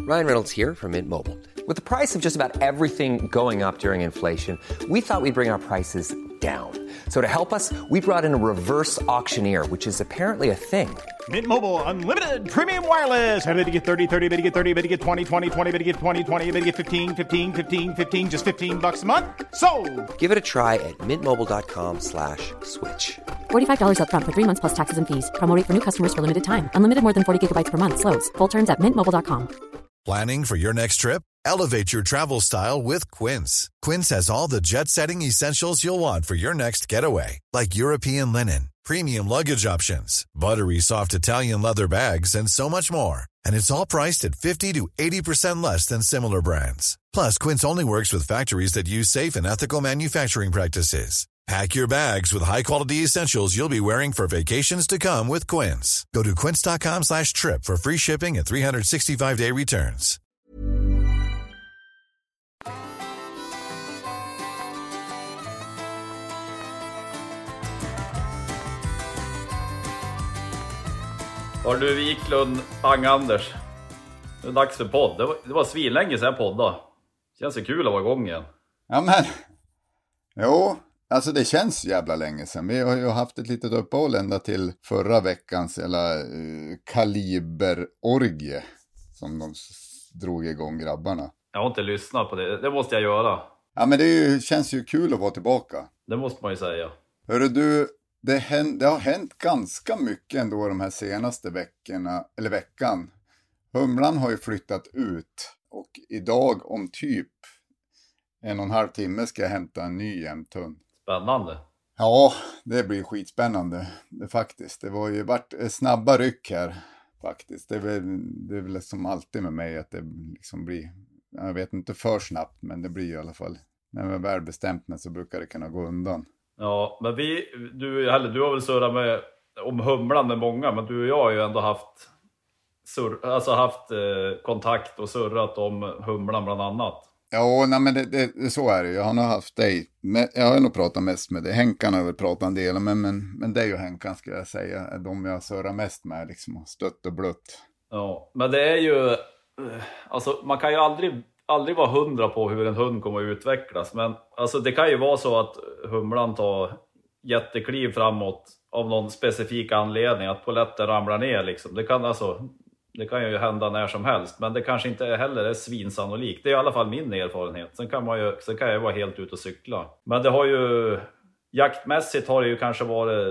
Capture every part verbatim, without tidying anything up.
Ryan Reynolds here from Mint Mobile. With the price of just about everything going up during inflation, we thought we'd bring our prices down. So to help us, we brought in a reverse auctioneer, which is apparently a thing. Mint Mobile Unlimited Premium Wireless. How to get thirty, thirty, how to get thirty, how to get twenty, twenty, twenty, how to get twenty, twenty, how to get fifteen, fifteen, fifteen, fifteen, just fifteen bucks a month? Sold! Give it a try at mintmobile.com slash switch. forty-five dollars up front for three months plus taxes and fees. Promo rate for new customers for limited time. Unlimited more than forty gigabytes per month. Slows full terms at mint mobile dot com. Planning for your next trip? Elevate your travel style with Quince. Quince has all the jet-setting essentials you'll want for your next getaway, like European linen, premium luggage options, buttery soft Italian leather bags, and so much more. And it's all priced at fifty to eighty percent less than similar brands. Plus, Quince only works with factories that use safe and ethical manufacturing practices. Pack your bags with high-quality essentials you'll be wearing for vacations to come with Quince. Go to quince.com slash trip for free shipping and three sixty-five day returns. Har du Wiklund, Pang-Anders? Det är dags för podd. Det var, det var svinlänge sedan jag poddade. Känns det kul att vara igång igen. Ja men, jo, alltså det känns jävla länge sedan. Vi har ju haft ett litet uppehåll ända till förra veckans eller uh, kaliberorgie som de s- drog igång grabbarna. Jag har inte lyssnat på det. Det måste jag göra. Ja men det är ju, känns ju kul att vara tillbaka. Det måste man ju säga. Hörru du, det, händ, det har hänt ganska mycket ändå de här senaste veckorna, eller veckan. Humlan har ju flyttat ut och idag om typ en och en halv timme ska jag hämta en ny jämthund. Spännande. Ja, det blir skitspännande det, faktiskt. Det var ju varit snabba ryck här faktiskt. Det är väl, det är väl som alltid med mig att det liksom blir, jag vet inte för snabbt men det blir i alla fall. När man väl bestämt mig så brukar det kunna gå undan. Ja, men vi, du, eller, du har väl surrat med om humlan med många, men du och jag har ju ändå haft, surr, alltså haft eh, kontakt och surrat om humlan bland annat. Ja, nej, men det, det, det, så är det. Jag har nog haft dig. Men jag har nog pratat mest med dig. Henkan har väl pratat en del. Men, men, men dig och Henkan ska jag säga är de jag surrar mest med. Liksom, stött och blött. Ja, men det är ju... Alltså, man kan ju aldrig, aldrig vara hundra på hur en hund kommer att utvecklas. Men alltså, det kan ju vara så att humlan tar jättekliv framåt av någon specifik anledning. Att poletten ramlar ner. Liksom. Det kan alltså... Det kan ju hända när som helst, men det kanske inte heller är svinsannolikt. Det är i alla fall min erfarenhet. Sen kan, man ju, sen kan jag vara helt ute och cykla. Men det har ju, jaktmässigt har det ju kanske varit,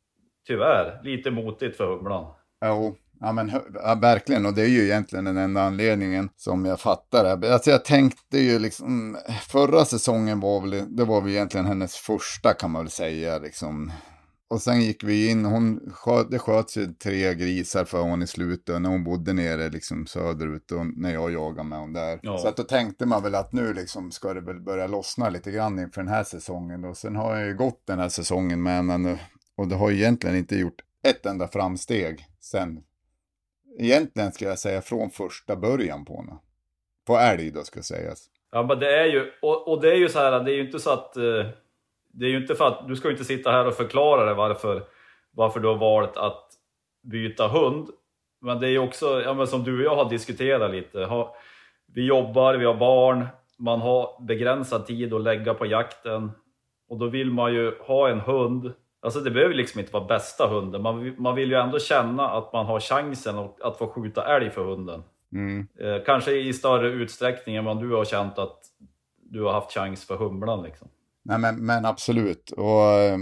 tyvärr, lite motigt för humlan. Jo, ja, men, ja, verkligen. Och det är ju egentligen den enda anledningen som jag fattar det. Alltså jag tänkte ju liksom, förra säsongen var väl, det var väl egentligen hennes första kan man väl säga liksom. Och sen gick vi in, hon sköt, det sköts ju tre grisar för hon i slutet när hon bodde nere liksom söderut och när jag jagade med hon där. Ja. Så att då tänkte man väl att nu liksom ska det väl börja lossna lite grann inför den här säsongen. Och sen har jag ju gått den här säsongen med henne och det har ju egentligen inte gjort ett enda framsteg sen. Egentligen ska jag säga från första början på henne. På älg då ska sägas. Ja men det är ju, och, och det är ju så här, det är ju inte så att... Uh... Det är ju inte för att du ska inte sitta här och förklara det varför, varför du har valt att byta hund. Men det är ju också, ja, men som du och jag har diskuterat lite. Ha, vi jobbar, vi har barn, man har begränsad tid att lägga på jakten. Och då vill man ju ha en hund. Alltså det behöver liksom inte vara bästa hunden. Man, man vill ju ändå känna att man har chansen att, att få skjuta älg för hunden. Mm. Eh, kanske i större utsträckning än vad du har känt att du har haft chans för humlan liksom. Nej men, men absolut. Och äh,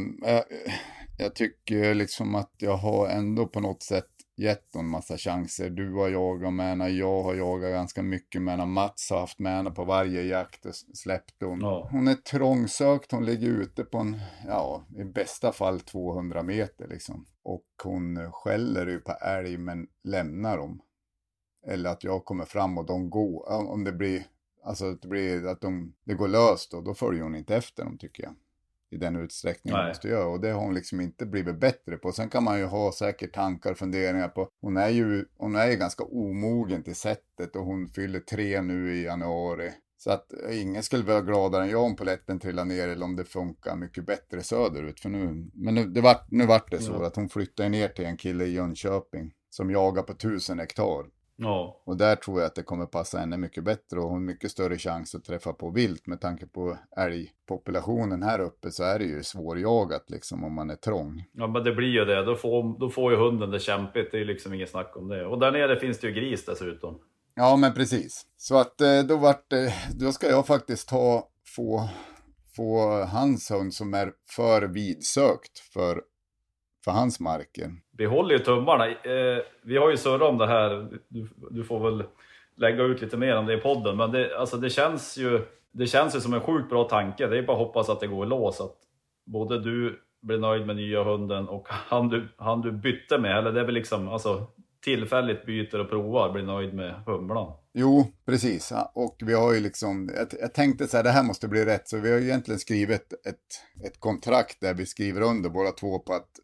jag tycker liksom att jag har ändå på något sätt gett en massa chanser. Du har jagat med henne, jag har jagat ganska mycket med henne. Mats har haft med henne på varje jakt och släppt hon. Ja. Hon är trångsökt, hon ligger ute på en, ja i bästa fall tvåhundra meter liksom. Och hon skäller ju på älg men lämnar dem. Eller att jag kommer fram och de går, om det blir... Alltså att det, blir, att de, det går löst och då följer hon inte efter dem tycker jag. I den utsträckningen hon måste göra. Och det har hon liksom inte blivit bättre på. Sen kan man ju ha säkert tankar och funderingar på. Hon är ju, hon är ju ganska omogen till sättet. Och hon fyller tre nu i januari. Så att ingen skulle vara gladare än jag om poletten trillar ner. Eller om det funkar mycket bättre söderut. För nu, men nu, det var, nu vart det så ja. Att hon flyttade ner till en kille i Jönköping. Som jagar på tusen hektar. Ja. Och där tror jag att det kommer passa henne mycket bättre och hon mycket större chans att träffa på vilt. Med tanke på älgpopulationen här uppe så är det ju svårjagat liksom om man är trång. Ja, men det blir ju det. Då får, då får ju hunden det kämpigt. Det är ju liksom inget snack om det. Och där nere finns det ju gris dessutom. Ja, men precis. Så att då vart det, då ska jag faktiskt ta, få, få hans hund som är för vidsökt för, för hans marker. Vi håller ju tummarna. Eh, vi har ju surrat om det här. Du, du får väl lägga ut lite mer om det i podden. Men det, alltså det, känns ju, det känns ju som en sjukt bra tanke. Det är bara att hoppas att det går i lås. Att både du blir nöjd med nya hunden och han du, han du bytte med. Eller det är väl liksom alltså, tillfälligt byter och provar blir nöjd med humlan. Jo, precis. Och vi har ju liksom, jag, jag tänkte så här, det här måste bli rätt. Så vi har ju egentligen skrivit ett, ett kontrakt där vi skriver under båda två på att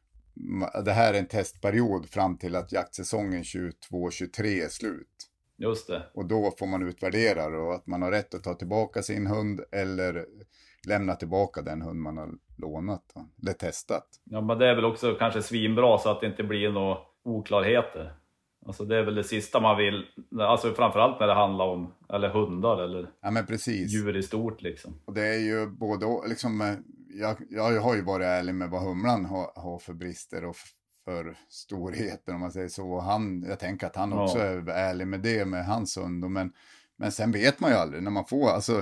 det här är en testperiod fram till att jaktsäsongen tjugotvå tjugotre är slut. Just det. Och då får man utvärdera och att man har rätt att ta tillbaka sin hund eller lämna tillbaka den hund man har lånat eller testat. Ja, men det är väl också kanske svinbra så att det inte blir några oklarheter. Alltså det är väl det sista man vill, alltså framförallt när det handlar om eller hundar eller ja, men precis. Djur i stort liksom. Och det är ju både liksom, jag, jag har ju varit ärlig med vad humlan har, har för brister och för storheter om man säger så. Han, jag tänker att han också ja. är ärlig med det med hans hund. Men, men sen vet man ju aldrig när man får alltså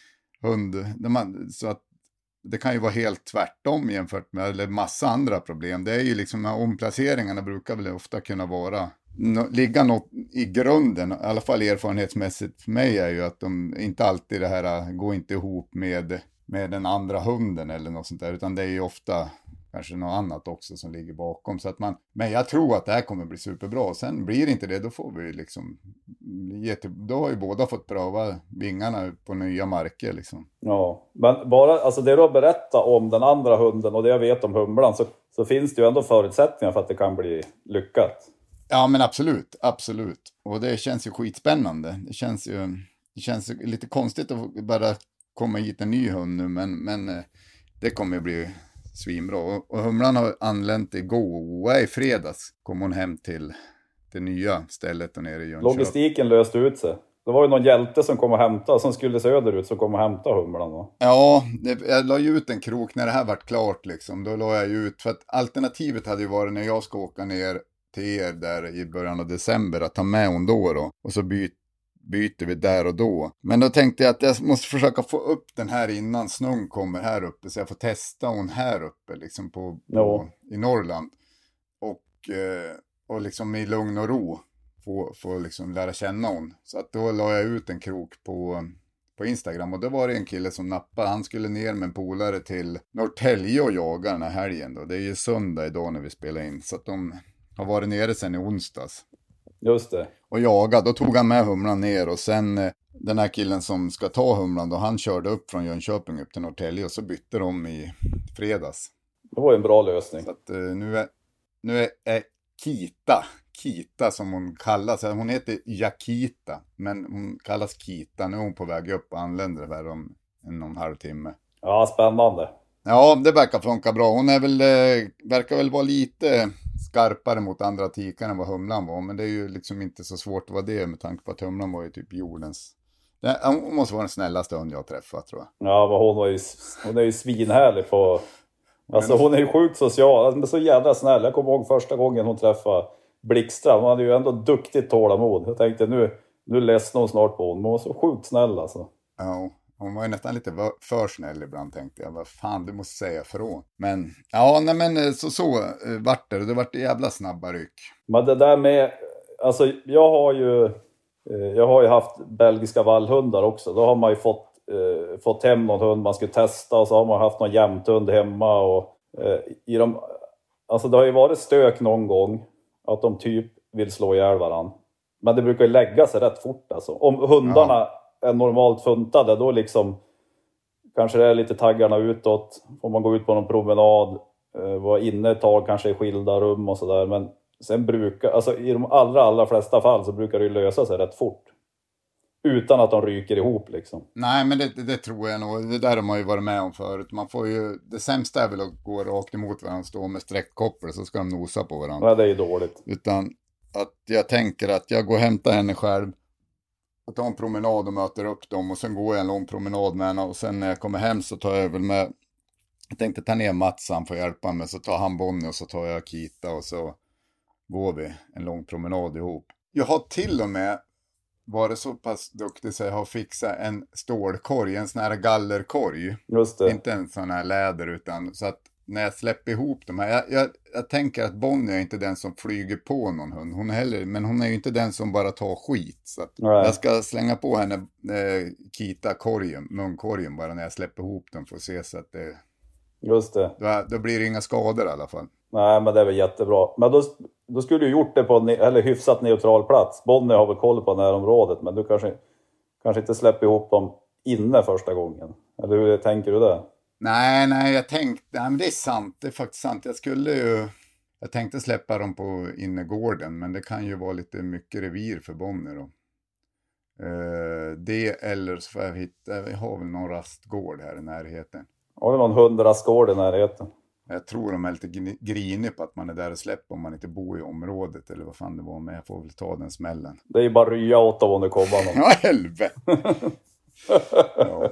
hund, när man, så att det kan ju vara helt tvärtom jämfört med eller massa andra problem. Det är ju liksom omplaceringarna brukar väl ofta kunna vara ligga något i grunden, i alla fall erfarenhetsmässigt för mig är ju att de inte alltid det här går inte ihop med, med den andra hunden eller något sånt där, utan det är ju ofta kanske något annat också som ligger bakom. Så att man, men jag tror att det här kommer bli superbra. Sen blir det inte det, då får vi liksom ge till, då har ju båda fått pröva vingarna på nya marker liksom. Ja, men bara alltså det du har berättat om den andra hunden och det jag vet om humlan så, så finns det ju ändå förutsättningar för att det kan bli lyckat. Ja, men absolut, absolut. Och det känns ju skitspännande. Det känns ju, det känns ju lite konstigt att bara komma hit en ny hund nu, men, men det kommer ju bli svinbra. Och, och humlan har anlänt igår, i fredags kom hon hem till det nya stället där nere i Jönköping. Logistiken löste ut sig. Det var ju någon hjälte som kom och hämta, som skulle söderut som kom och hämta humlan va? Ja, det, jag la ju ut en krok när det här var klart liksom. Då la jag ju ut, för att alternativet hade ju varit när jag ska åka ner till er där i början av december att ta med hon då då. Och så byt, byter vi där och då. Men då tänkte jag att jag måste försöka få upp den här innan snön kommer här uppe. Så jag får testa hon här uppe liksom på, på ja. i Norrland. Och, eh, och liksom i lugn och ro få, få liksom lära känna hon. Så att då la jag ut en krok på, på Instagram. Och då var det en kille som nappade. Han skulle ner med en polare till Norrtälje och jaga den här helgen då. Det är ju söndag idag när vi spelar in. Så att de har varit nere sen i onsdags. Just det. Och jaga, då tog han med humlan ner och sen eh, den här killen som ska ta humlan då, han körde upp från Jönköping upp till Norrtälje och så bytte de i fredags. Det var en bra lösning. Så att eh, nu är, nu är, är Kita, Kita som hon kallas, hon heter Jakita men hon kallas Kita, nu är hon på väg upp och anländer där om en och en halv timme. Ja, spännande. Ja, det verkar funka bra. Hon är väl, eh, verkar väl vara lite skarpare mot andra tikar än vad humlan var. Men det är ju liksom inte så svårt att vara det med tanke på att humlan var ju typ jordens... Det, hon måste vara den snällaste hund jag har träffat tror jag. Ja, men hon, var ju, hon är ju svinhärlig på... Alltså men... hon är ju sjukt social, men så jävla snäll. Jag kommer ihåg första gången hon träffade Blickstrand. Hon hade ju ändå duktigt tålamod. Jag tänkte nu, nu ledsnar hon snart på hon. Men hon var så sjukt snäll alltså. Ja. Hon var ju nästan lite för snäll ibland tänkte jag. Vad fan, du måste säga ifrån. Men, ja, nej men så, så vart det. Det vart jävla snabba ryck. Men det där med, alltså jag har ju, jag har ju haft belgiska vallhundar också. Då har man ju fått, eh, fått hem någon hund man skulle testa. Och så har man haft någon jämthund hemma. Och, eh, i de, alltså det har ju varit stök någon gång. Att de typ vill slå ihjäl varann. Men det brukar ju lägga sig rätt fort alltså. Om hundarna... Ja. Är normalt funtade, då liksom kanske det är lite taggarna utåt, får man gå ut på någon promenad, eh, vara inne ett tag kanske i skilda rum och sådär, men sen brukar, alltså i de allra allra flesta fall så brukar det ju lösa sig rätt fort utan att de ryker ihop liksom. Nej, men det, det tror jag nog, det där har man ju varit med om förut. Man får ju, det sämsta är väl att gå rakt emot varandra, stå med sträckt koppel så ska de nosa på varandra. Ja, det är ju dåligt. Utan att jag tänker att jag går och hämtar henne själv och tar en promenad och möter upp dem och sen går jag en lång promenad med henne och sen när jag kommer hem så tar jag väl med, jag tänkte ta ner Mats, han får hjälpa mig, så tar han Bonnie och så tar jag Kita och så går vi en lång promenad ihop. Jag har till och med varit så pass duktig så jag har fixat en stålkorg, en sån här gallerkorg. Just det. Inte en sån här läder utan så att när jag släpper ihop de här, jag, jag, jag tänker att Bonnie är inte den som flyger på någon hund, hon heller, men hon är ju inte den som bara tar skit. Så att right. Jag ska slänga på henne eh, Kita-korgen, munkorgen bara när jag släpper ihop den för att se så att det... Just det. Då, då blir det inga skador i alla fall. Nej, men det är väl jättebra. Men då, då skulle du gjort det på en eller hyfsat neutral plats. Bonnie har väl koll på närområdet, men du kanske, kanske inte släpper ihop dem inne första gången. Eller hur tänker du det? Nej, nej, jag tänkte, nej, men det är sant, det är faktiskt sant. Jag skulle ju, jag tänkte släppa dem på innergården, men det kan ju vara lite mycket revir för Bonnie då. Uh, det eller så får jag hitta, vi har väl någon rastgård här i närheten. Har du någon hundrastgård i närheten? Jag tror de är lite grinig på att man är där och släpper om man inte bor i området eller vad fan det var, men jag får väl ta den smällen. Det är ju bara rya åt dem om det kommer någon. Ja, helvete! Ja.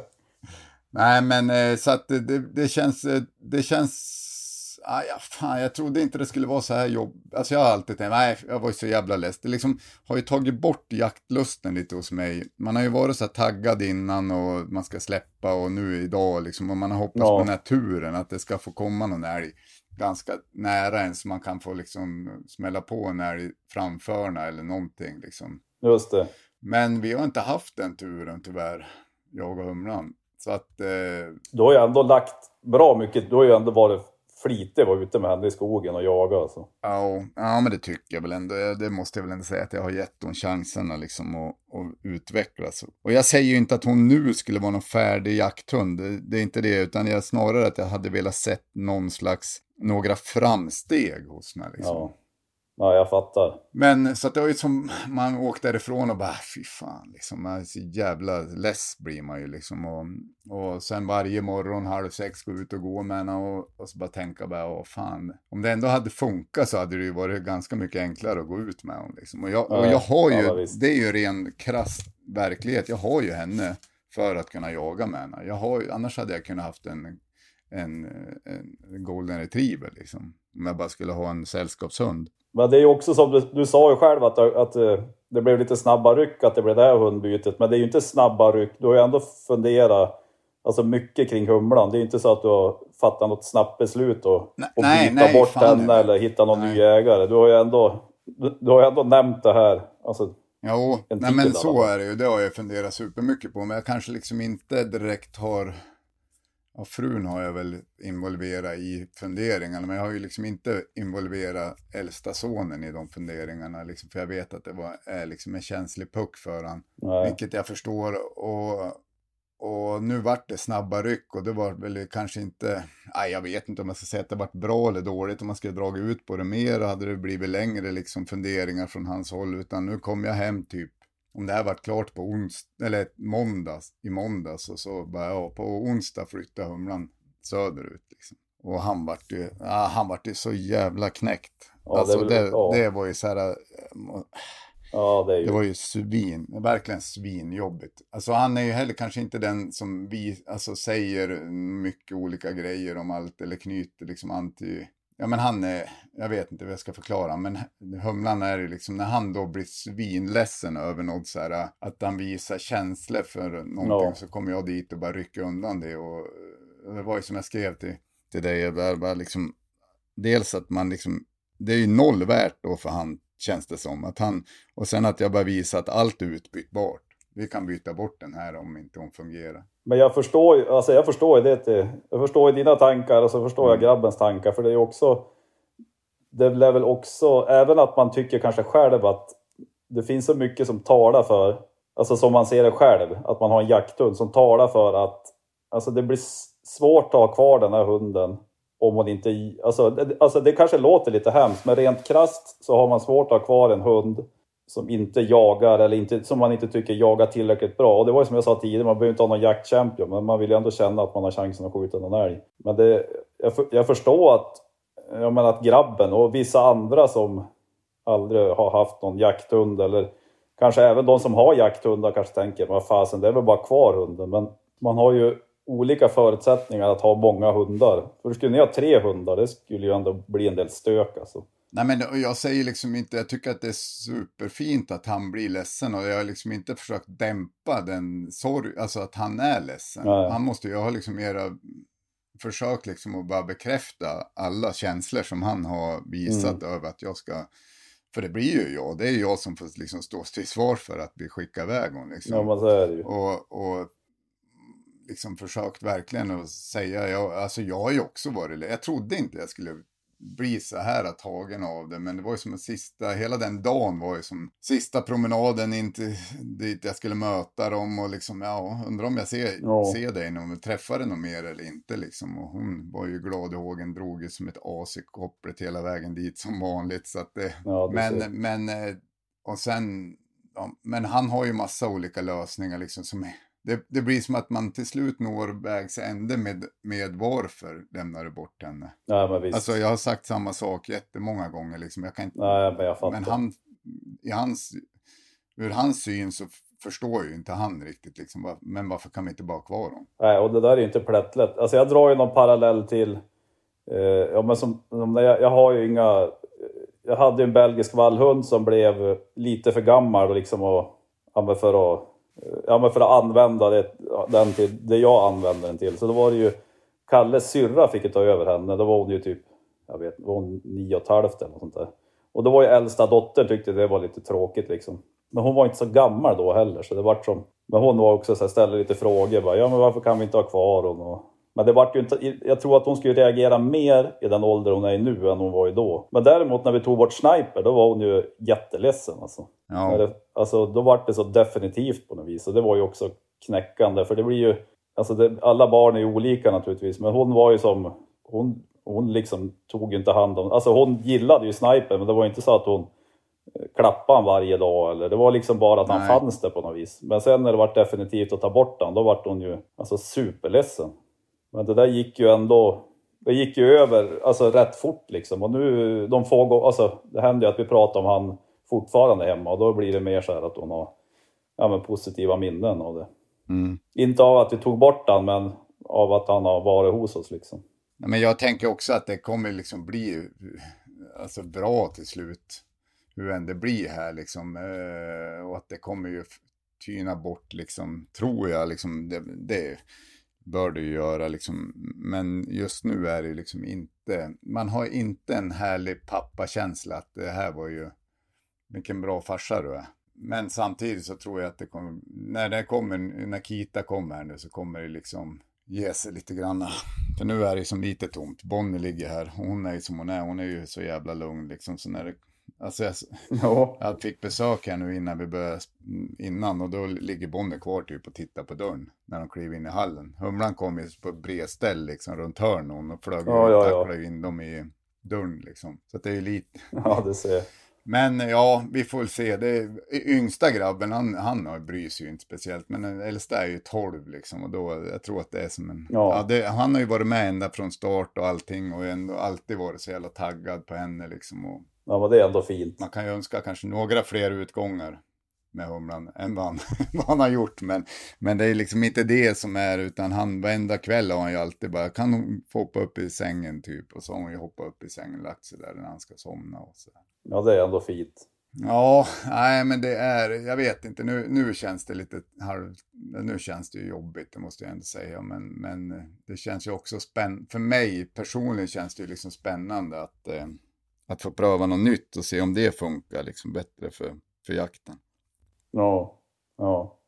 Nej, men så att det, det, det känns, det känns, ah, ja, fan, jag trodde inte det skulle vara så här jobb. Alltså jag har alltid tänkt, nej, jag var ju så jävla läst. Det liksom har ju tagit bort jaktlusten lite hos mig. Man har ju varit så här taggad innan och man ska släppa och nu idag liksom, och man har hoppats ja. på den här turen att det ska få komma någon älg ganska nära en så man kan få liksom smälla på en älg framförna eller någonting liksom. Just det. Men vi har inte haft den turen tyvärr, jag och humlan. Så att, eh... Du har ju ändå lagt bra mycket, du har ju ändå varit flitig att vara ute med henne i skogen och jaga. Alltså. Ja, ja, men det tycker jag väl ändå. Det måste jag väl ändå säga att jag har gett hon chanserna liksom att, att utvecklas. Och jag säger ju inte att hon nu skulle vara någon färdig jakthund. Det, det är inte det, utan jag snarare att jag hade velat sett någon slags, några framsteg hos henne liksom. Ja. Ja, jag fattar. Men så att det var ju som man åkte därifrån och bara, fy fan, liksom, man är så jävla less blir man ju liksom. Och, och sen varje morgon halv sex gå ut och gå med henne och, och så bara tänka bara, åh fan. Om det ändå hade funkat så hade det ju varit ganska mycket enklare att gå ut med henne liksom. Och jag, och jag har ju, ja, det är ju ren krass verklighet, jag har ju henne för att kunna jaga med henne. Jag har ju, annars hade jag kunnat haft en, en, en golden retriever liksom. Om jag bara skulle ha en sällskapshund. Men det är ju också som du, du sa ju själv att, att det blev lite snabba ryck, att det blev det här hundbytet. Men det är ju inte snabba ryck. Du har ju ändå funderat alltså mycket kring humlan. Det är ju inte så att du har fattat något snabbt beslut och, nej, och byta nej, bort henne eller hitta någon nej. ny ägare. Du har ju ändå, du, du har ju ändå nämnt det här. Alltså, jo, nej, men så är det ju. Det har jag funderat supermycket på. Men jag kanske liksom inte direkt har... Ja, frun har jag väl involverat i funderingarna, men jag har ju liksom inte involverat äldsta sonen i de funderingarna, liksom, för jag vet att det var, är liksom en känslig puck för han, nej. Vilket jag förstår, och, och nu vart det snabba ryck och det var väl kanske inte, nej, jag vet inte om jag ska säga att det var bra eller dåligt, om man skulle dra ut på det mer hade det blivit längre liksom funderingar från hans håll, utan nu kom jag hem typ. Om det här varit klart på onsdag, eller måndags, i måndags och så bara, ja, på onsdag flyttade humlan söderut liksom. Och han vart ju, ja, han vart ju så jävla knäckt. Ja, alltså det, väl, det, det var ju så här, ja, det, är ju... det var ju svin, verkligen svinjobbigt. Alltså han är ju heller kanske inte den som vi, alltså säger mycket olika grejer om allt eller knyter liksom anti... Ja, men han är, jag vet inte vad jag ska förklara, men humlan är ju liksom, när han då blir svinledsen över något så här, att han visar känslor för någonting, no. så kommer jag dit och bara rycker undan det, och det var ju som jag skrev till, till dig, där bara liksom, dels att man liksom, det är ju noll värt då för han, känns det som, att han, och sen att jag bara visar att allt är utbytbart. Vi kan byta bort den här om inte hon fungerar. Men jag förstår ju, alltså jag förstår ju det till, jag förstår ju dina tankar och så förstår jag grabbens tankar, för det är också, det är väl också, även att man tycker kanske själv att det finns så mycket som talar för, alltså som man ser det själv, att man har en jakthund som talar för att, alltså det blir svårt att ha kvar den här hunden om man inte, alltså det, alltså det kanske låter lite hemskt, men rent krasst så har man svårt att ha kvar en hund som inte jagar, eller inte, som man inte tycker jagar tillräckligt bra. Och det var ju som jag sa tidigare, man behöver inte ha någon jaktchampion, men man vill ju ändå känna att man har chansen att skjuta någon älg. Men det, jag, jag förstår att, jag menar att grabben och vissa andra som, aldrig har haft någon jakthund, eller kanske även de som har jakthundar kanske tänker, vad fasen, det är väl bara kvar hunden. Men man har ju olika förutsättningar att ha många hundar. För skulle ni ha tre hundar, det skulle ju ändå bli en del stök alltså. Nej, men jag säger liksom inte, jag tycker att det är superfint att han blir ledsen, och jag har liksom inte försökt dämpa den sorg, alltså att han är ledsen. Nej. Han måste, jag har liksom mera försökt liksom att bara bekräfta alla känslor som han har visat mm. över att jag ska, för det blir ju jag, det är jag som får liksom stå till svar för att vi skickar iväg honom liksom. Ja, men så är det ju. Och, och liksom försökt verkligen att säga, jag, alltså jag har ju också varit, jag trodde inte jag skulle bli så här att tagen av det, men det var ju som en sista, hela den dagen var ju som sista promenaden in till dit jag skulle möta dem, och liksom, ja, undrar om jag ser, ja. ser dig när vi träffade någon mer eller inte liksom, och hon var ju glad i hågen, drog ju som ett as i kopplet hela vägen dit som vanligt, så att det, ja, det men, ser. men och sen, ja, men han har ju massa olika lösningar liksom som är, Det, det blir som att man till slut når vägs ände med, med varför lämnar du bort henne. Ja, men visst. Alltså jag har sagt samma sak jättemånga gånger. Liksom. Jag kan inte, Nej, men jag fattar. Men han, i hans, ur hans syn så förstår ju inte han riktigt. Liksom, men varför kan vi inte bara kvar dem? Nej, och det där är ju inte plättlätt. Alltså jag drar ju någon parallell till... Eh, ja, men som, som jag, jag har ju inga... Jag hade ju en belgisk vallhund som blev lite för gammal och liksom och, ja, för att... Ja, men för att använda det, den till det jag använde den till. Så då var det ju Kalles syrra fick ta över henne. Då var hon ju typ, jag vet, var hon nio och ett halvt eller något sånt där. Och då var ju äldsta dotter, tyckte det var lite tråkigt liksom. Men hon var inte så gammal då heller, så det var som... Men hon var också så här, ställde lite frågor bara, ja men varför kan vi inte ha kvar honom? Men det var ju inte, jag tror att hon skulle reagera mer i den ålder hon är i nu än hon var i då. Men däremot när vi tog bort Sniper, då var hon ju jätteledsen alltså. Ja. Det, alltså då var det så definitivt på något vis. Och det var ju också knäckande, för det blir ju... Alltså det, alla barn är ju olika naturligtvis, men hon var ju som... Hon, hon liksom tog ju inte hand om... Alltså hon gillade ju Sniper, men det var inte så att hon klappade han varje dag. Eller det var liksom bara att han Nej. fanns där på något vis. Men sen när det var definitivt att ta bort han, då var hon ju alltså superledsen. Men det där gick ju ändå... Det gick ju över alltså rätt fort liksom. Och nu, de få gånger... Alltså det hände ju att vi pratade om han fortfarande hemma. Och då blir det mer så här att hon har ja, men positiva minnen av det. Mm. Inte av att vi tog bort han, men av att han har varit hos oss liksom. Men jag tänker också att det kommer liksom bli alltså bra till slut. Hur än det blir här liksom. Och att det kommer ju tyna bort liksom, tror jag liksom. Det, det bör det ju göra liksom. Men just nu är det liksom inte, man har inte en härlig pappakänsla att det här var ju, vilken bra farsa du är. Men samtidigt så tror jag att det kommer, när det kommer, när Kita kommer här nu, så kommer det liksom ge sig lite grann. För nu är det som lite tomt. Bonnie ligger här, hon är ju som hon är, hon är ju så jävla lugn liksom. Så när det, alltså jag, ja. jag fick besök här nu innan vi började, innan, och då ligger Bonnie kvar typ och tittar på dörren när de kliver in i hallen. Humlan kom ju på bredställ liksom runt hörnen och flög ja, ja, ja. tacklade in dem i dörren liksom. Så att det är ju lite... Ja, det ser jag. Men ja, vi får se. Det är, yngsta grabben, han, han bryr sig ju inte speciellt. Men den äldsta är ju tolv liksom. Och då, jag tror att det är som en... Ja. Ja, det, han har ju varit med ända från start och allting. Och ändå alltid varit så jävla taggad på henne liksom. Och ja, men det är ändå fint. man kan ju önska kanske några fler utgångar med Humlan än vad han, vad han har gjort. Men, men det är liksom inte det som är, utan han varenda kväll har han ju alltid bara, kan hon få hoppa upp i sängen typ. Och så har hon ju hoppat upp i sängen och lagt sig där när han ska somna och så. Ja, det är ändå fint. Ja, nej men det är, jag vet inte, nu, nu känns det lite, nu känns det ju jobbigt, det måste jag ändå säga, men, men det känns ju också spännande, för mig personligen känns det ju liksom spännande att, eh, att få pröva något nytt och se om det funkar liksom bättre för, för jakten. Ja, ja.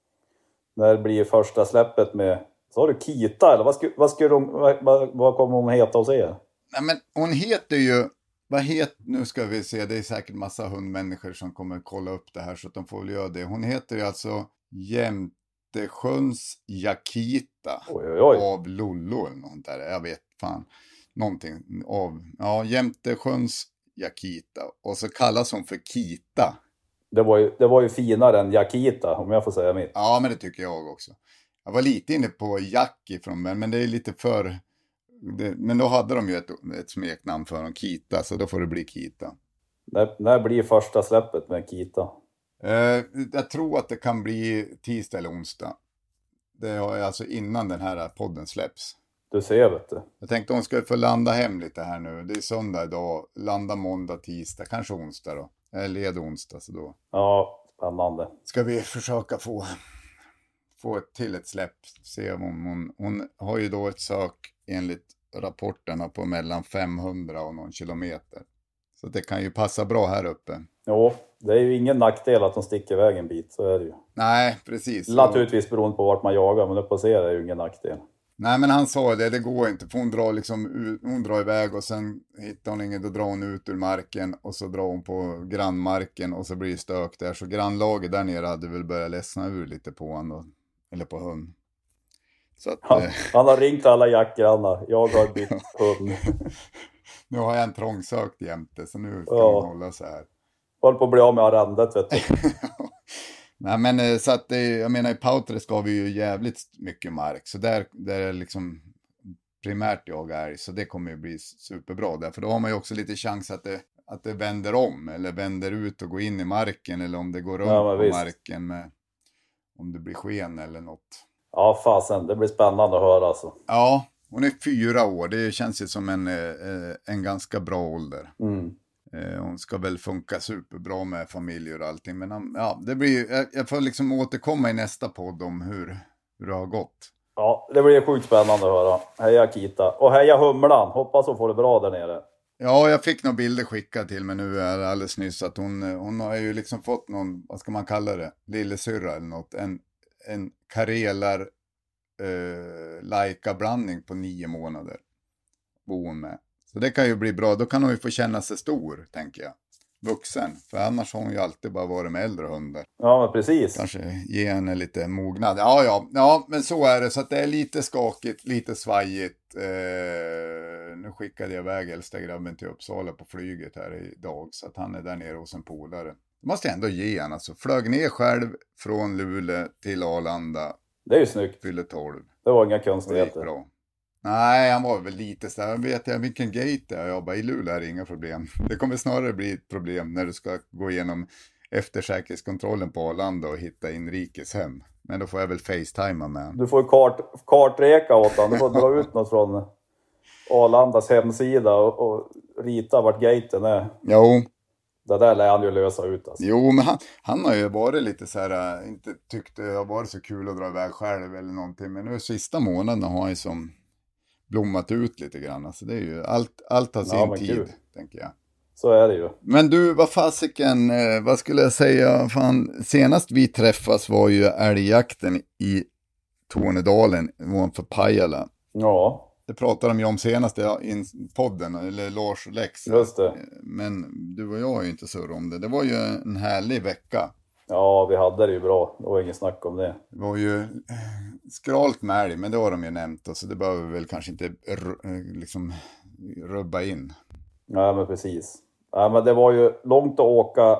När blir första släppet med, så har du Kita eller vad, sku, vad, skulle hon, vad, vad kommer hon heta hos er? Nej men hon heter ju, vad heter, nu ska vi se, det är säkert massa hundmänniskor som kommer kolla upp det här så att de får väl göra det. Hon heter ju alltså Jämtesjöns Jakita oj, oj, oj. av Lollo eller något där, jag vet fan, någonting av, ja Jämtesjöns Jakita, och så kallas hon för Kita. Det var ju, det var ju finare än Jakita, om jag får säga mitt. Ja, men det tycker jag också. Jag var lite inne på Jack ifrån, men, men det är lite för... Det, men då hade de ju ett, ett smeknamn för dem, Kita, så då får det bli Kita. När, när blir första släppet med Kita? Eh, jag tror att det kan bli tisdag eller onsdag. Det är alltså innan den här podden släpps. Du ser, vet du. Jag tänkte hon ska få landa hem lite här nu. Det är söndag idag. Landa måndag, tisdag, kanske onsdag då. Jag är led onsdag så då. Ja, spännande. Ska vi försöka få, få ett till ett släpp. Se om hon, hon har ju då ett sök enligt rapporterna på mellan femhundra och någon kilometer. Så det kan ju passa bra här uppe. Jo, det är ju ingen nackdel att de sticker iväg en bit, så är det ju. Nej, precis. Naturligtvis beroende på vart man jagar, men det passerar är ju ingen nackdel. Nej, men han sa det, det går inte. För hon drar liksom ut, hon drar iväg och sen hittar hon inget, då drar hon ut ur marken och så drar hon på grannmarken och så blir det stök där. Så grannlaget där nere hade väl börjat ledsna ur lite på han då, eller på hund. Så att, han, eh... han har ringt alla jaktgrannar, jag har bytt hund. Nu har jag en trångsökt jämte, så nu ska ja. man hålla så här. Håller på att bli av med arrendet, vet du. Nej, men så att det, jag menar i Pautres ska vi ju jävligt mycket mark. Så där, där är liksom primärt jag är. Så det kommer ju bli superbra där. För då har man ju också lite chans att det, att det vänder om. Eller vänder ut och går in i marken. Eller om det går runt ja, på visst. marken med, om det blir sken eller något. Ja, fasen. Det blir spännande att höra alltså. Ja, hon är fyra år. Det känns ju som en, en ganska bra ålder. Mm. Hon ska väl funka superbra med familjer och allting. Men ja, det blir, jag, jag får liksom återkomma i nästa podd om hur, hur det har gått. Ja, det blir sjukt spännande att höra. Heja Kita. Och heja Humlan. Hoppas hon får det bra där nere. Ja, jag fick några bilder skickade till mig nu alldeles nyss. Att hon, hon har ju liksom fått någon, vad ska man kalla det? Lillesyrra eller något. En, en karelar eh, laika-blandning på nio månader. Bor hon med. Så det kan ju bli bra. Då kan hon ju få känna sig stor, tänker jag. Vuxen. För annars har hon ju alltid bara varit med äldre hundar. Ja, men precis. Kanske ge henne lite mognad. Ja, ja. Ja, men så är det. Så att det är lite skakigt, lite svajigt. Eh, nu skickade jag iväg äldsta grabben till Uppsala på flyget här idag. Så att han är där nere hos en polare. Det måste jag ändå ge han. Alltså, flög ner själv från Luleå till Arlanda. Det är ju snyggt. Fyller tolv. Det var inga konstigheter. Det gick bra. Nej, han var väl lite så här, vet jag vilken gate det är. Jag bara, i Luleå är det inga problem. Det kommer snarare bli ett problem när du ska gå igenom eftersäkerhetskontrollen på Arlanda och hitta inrikes hem. Men då får jag väl facetima med. Du får kart, kartreka åt han. Du får dra ut något från Arlandas hemsida och, och rita vart gaten är. Jo. Det där lär han ju lösa ut alltså. Jo, men han, han har ju varit lite så här, inte tyckte det har varit så kul att dra iväg själv eller någonting. Men nu sista månaden har han ju som blommat ut lite grann. Alltså det är ju, allt, allt har sin ja, tid, kul. Tänker jag. Så är det ju. Men du, vad fasiken, eh, vad skulle jag säga? Fan, senast vi träffas var ju älgjakten i Tornedalen, ovanför Pajala. Ja. Det pratade de ju om senast i podden, eller Lars och Lex. Just det. Men du och jag har ju inte surrat om det. Det var ju en härlig vecka. Ja, vi hade det ju bra. Det var ingen snack om det. Det var ju skralt med älg, men det har de ju nämnt. Så det behöver vi väl kanske inte r- liksom rubba in. Nej, men precis. Nej, men det var ju långt att åka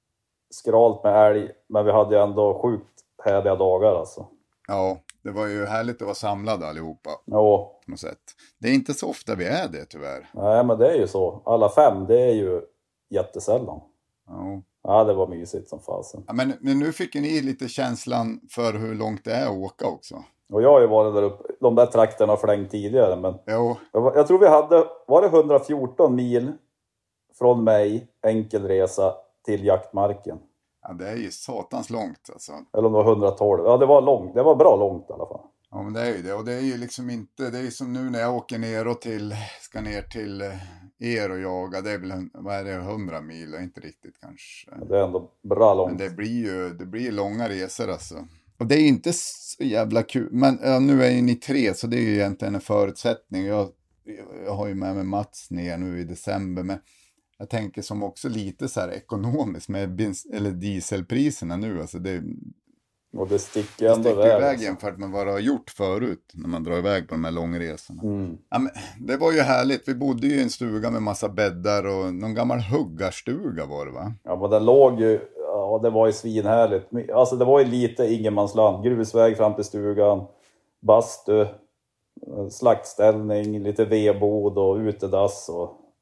skralt med älg. Men vi hade ju ändå sjukt härliga dagar alltså. Ja, det var ju härligt att vara samlade allihopa. Ja. På något sätt. Det är inte så ofta vi är det tyvärr. Nej, men det är ju så. Alla fem, det är ju jättesällan. Ja. Ja, det var mysigt som fasen. Ja, men, men nu fick ni lite känslan för hur långt det är att åka också. Och jag har ju varit där uppe, de där trakterna flängt tidigare. Men jo. Jag, jag tror vi hade, var det hundrafjorton mil från mig, enkel resa till jaktmarken. Ja, det är ju satans långt alltså. Eller om det var hundratolv. Ja, det var långt. Det var bra långt i alla fall. Ja, men det är ju det. Och det är ju liksom inte, det är ju som nu när jag åker ner och till, ska ner till er och jaga. Det är väl, vad är det, hundra mil och inte riktigt kanske. Det är ändå bra långt. Men det blir ju, det blir långa resor alltså. Och det är ju inte så jävla kul. Men ja, nu är ju ni tre, så det är ju egentligen en förutsättning. Jag, jag har ju med mig Mats ner nu i december. Men jag tänker som också lite så här ekonomiskt med bens- eller dieselpriserna nu. Alltså det, och det sticker ändå det sticker iväg iväg alltså. jämfört med vad det har gjort förut när man drar iväg på de här långresorna. Mm. Ja, men det var ju härligt. Vi bodde ju i en stuga med massa bäddar och någon gammal huggarstuga var det, va? Ja, men den låg ju, ja, det var ju svinhärligt. Alltså det var ju lite ingenmansland. Grusväg fram till stugan, bastu, slaktställning, lite vedbod och utedass och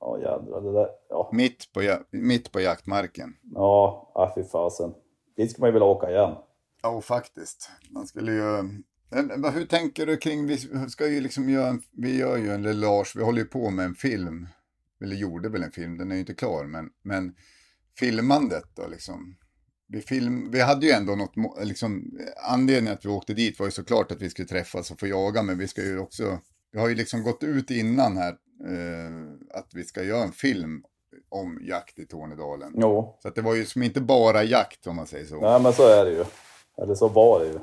Ja, jädrar, det där. Ja. Mitt på, mitt på jaktmarken. Ja, ah, fy fasen. Dit ska man ju vilja åka igen. Ja, oh, faktiskt. Man skulle ju... Hur tänker du kring, vi ska ju liksom göra en, vi gör ju en, eller Lars, vi håller ju på med en film, eller gjorde väl en film, den är ju inte klar, men, men filmandet då liksom, vi, film, vi hade ju ändå något, liksom, anledningen att vi åkte dit var ju såklart att vi skulle träffas och få jaga, men vi ska ju också, vi har ju liksom gått ut innan här, eh, att vi ska göra en film om jakt i Tornedalen. Jo. Så att det var ju som inte bara jakt om man säger så. Nej, men så är det ju, eller så var det ju.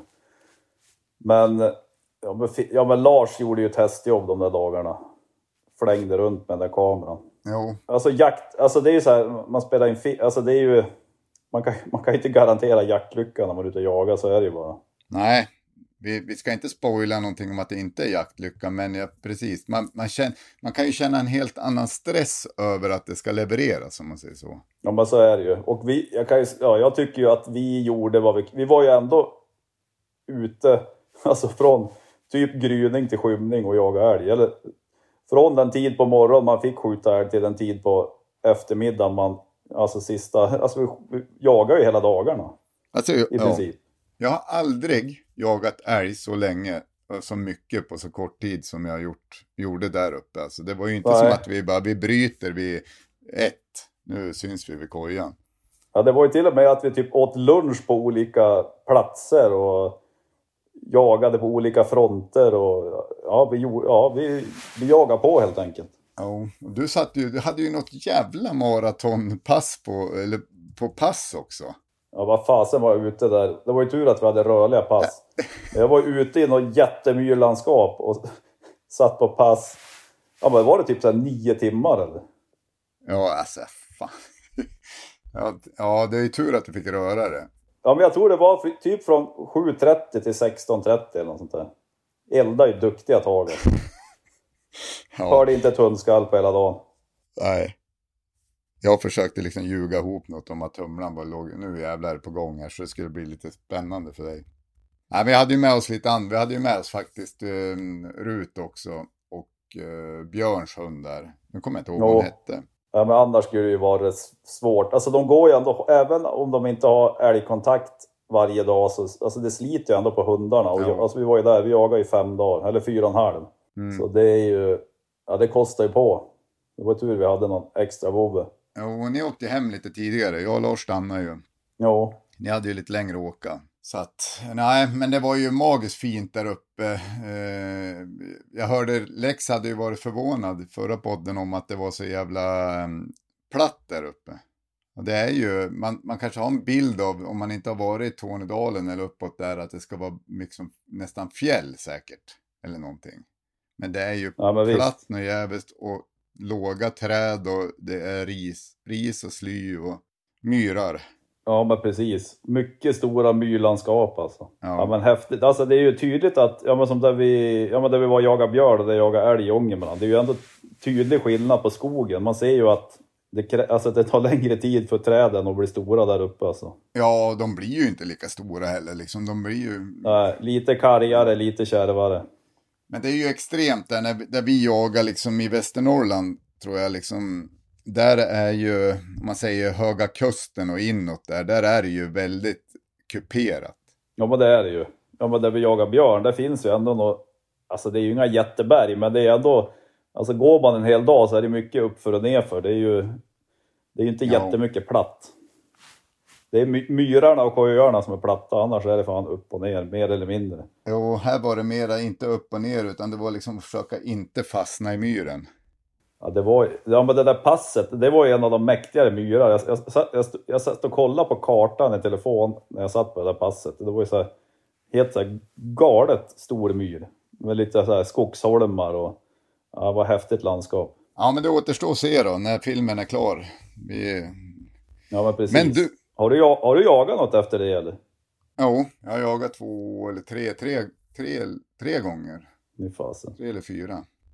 Men, ja, men, ja, men Lars gjorde ju testjobb de där dagarna. Flängde runt med den där kameran. Jo. Alltså jakt, alltså det är ju så här, man spelar in fi- alltså det är ju, man kan, man kan inte garantera jaktlyckan när man är ute och jagar, så är det ju bara. Nej, vi, vi ska inte spoila någonting om att det inte är jaktlycka, men ja, precis, man, man, känner, man kan ju känna en helt annan stress över att det ska levereras, om man säger så. Ja, men så är det ju. Och vi, jag, kan ju, ja, jag tycker ju att vi gjorde vad vi, vi var ju ändå ute, alltså från typ gryning till skymning och jaga älg. Eller från den tid på morgonen man fick skjuta älg till den tid på eftermiddagen man, alltså sista, alltså vi, vi jagar ju hela dagarna. Alltså, i ja, princip. Jag har aldrig jagat älg så länge, så mycket på så kort tid som jag gjort, gjorde där uppe. Alltså det var ju inte Nej. som att vi bara, vi bryter vid ett, nu syns vi vid kojan. Ja, det var ju till och med att vi typ åt lunch på olika platser och jagade på olika fronter och ja, vi, ja, vi, vi jagade på helt enkelt. Ja, och du satt ju, du hade ju något jävla maratonpass på, eller på pass också. Ja, vad fasen var jag ute där. Det var ju tur att vi hade rörliga pass. Jag var ute i något jättemyrlandskap och satt på pass. Ja, men var det typ så här nio timmar eller? Ja, alltså fan. Ja, ja, det är ju tur att du fick röra det. Ja, men jag tror det var typ från sju trettio till sexton trettio eller något sånt där. Elda är duktiga tag. Ja. Hörde inte ett hundskall på hela dagen. Nej. Jag försökte liksom ljuga ihop något om att tumlan bara låg, nu jävlar på gång här, så det skulle bli lite spännande för dig. Nej, vi hade ju med oss lite andra, vi hade ju med oss faktiskt um, Rut också och uh, Björns hund där. Nu kommer jag inte ihåg vad hon hette. Ja, men annars skulle det ju vara svårt. Alltså de går ju ändå, även om de inte har älgkontakt varje dag, så alltså det sliter ju ändå på hundarna. Och ja. Alltså vi var ju där, vi jagade i fem dagar, eller fyra och en halv. Mm. Så det är ju, ja det kostar ju på. Det var tur vi hade någon extra vovve. Ja, och ni åkte hem lite tidigare, jag och Lars stannade ju. Ja. Ni hade ju lite längre att åka. Så att, nej, men det var ju magiskt fint där uppe. Eh, jag hörde, Lex hade ju varit förvånad förra podden om att det var så jävla eh, platt där uppe. Och det är ju, man, man kanske har en bild av, om man inte har varit i Tornedalen eller uppåt där, att det ska vara liksom, nästan fjäll säkert. Eller någonting. Men det är ju ja, platt och jävligt och låga träd och det är ris, ris och sly och myrar. Ja, men precis. Mycket stora myrlandskap alltså. Ja. Ja, men häftigt. Alltså det är ju tydligt att, ja men som där vi, ja men där vi var jaga björn och där jaga älg i Ångermanland. Det är ju ändå tydlig skillnad på skogen. Man ser ju att det, alltså det tar längre tid för träden att bli stora där uppe alltså. Ja, de blir ju inte lika stora heller liksom. De blir ju... Nej, lite kargare, lite kärvare. Men det är ju extremt där, när, där vi jagar liksom i Västernorrland, tror jag liksom, där är ju, om man säger Höga Kusten och inåt där, där är det ju väldigt kuperat. Ja, men det är det ju. Ja, men där vi jagar björn, där finns ju ändå något, alltså det är ju inga jätteberg, men det är ändå, alltså går man en hel dag så är det mycket uppför och nerför. Det är ju, det är ju inte ja. jättemycket platt. Det är my- myrarna och kojöarna som är platta, annars är det fan upp och ner, mer eller mindre. Jo, här var det mera inte upp och ner, utan det var liksom att försöka inte fastna i myren. Ja, det var, ja men det där passet, det var ju en av de mäktigare myrar. Jag, jag, jag, jag, jag satt och kollade på kartan i telefon när jag satt på det där passet. Det var ju så här, helt så här galet stor myr. Med lite så här skogsholmar och ja, det var häftigt landskap. Ja, men det återstår att se då, när filmen är klar. Vi... Ja, men precis. Men du... Har du, har du jagat något efter det eller? Jo, jag har jagat två eller tre, tre, tre, tre gånger. Nu fasen. Tre eller fyra.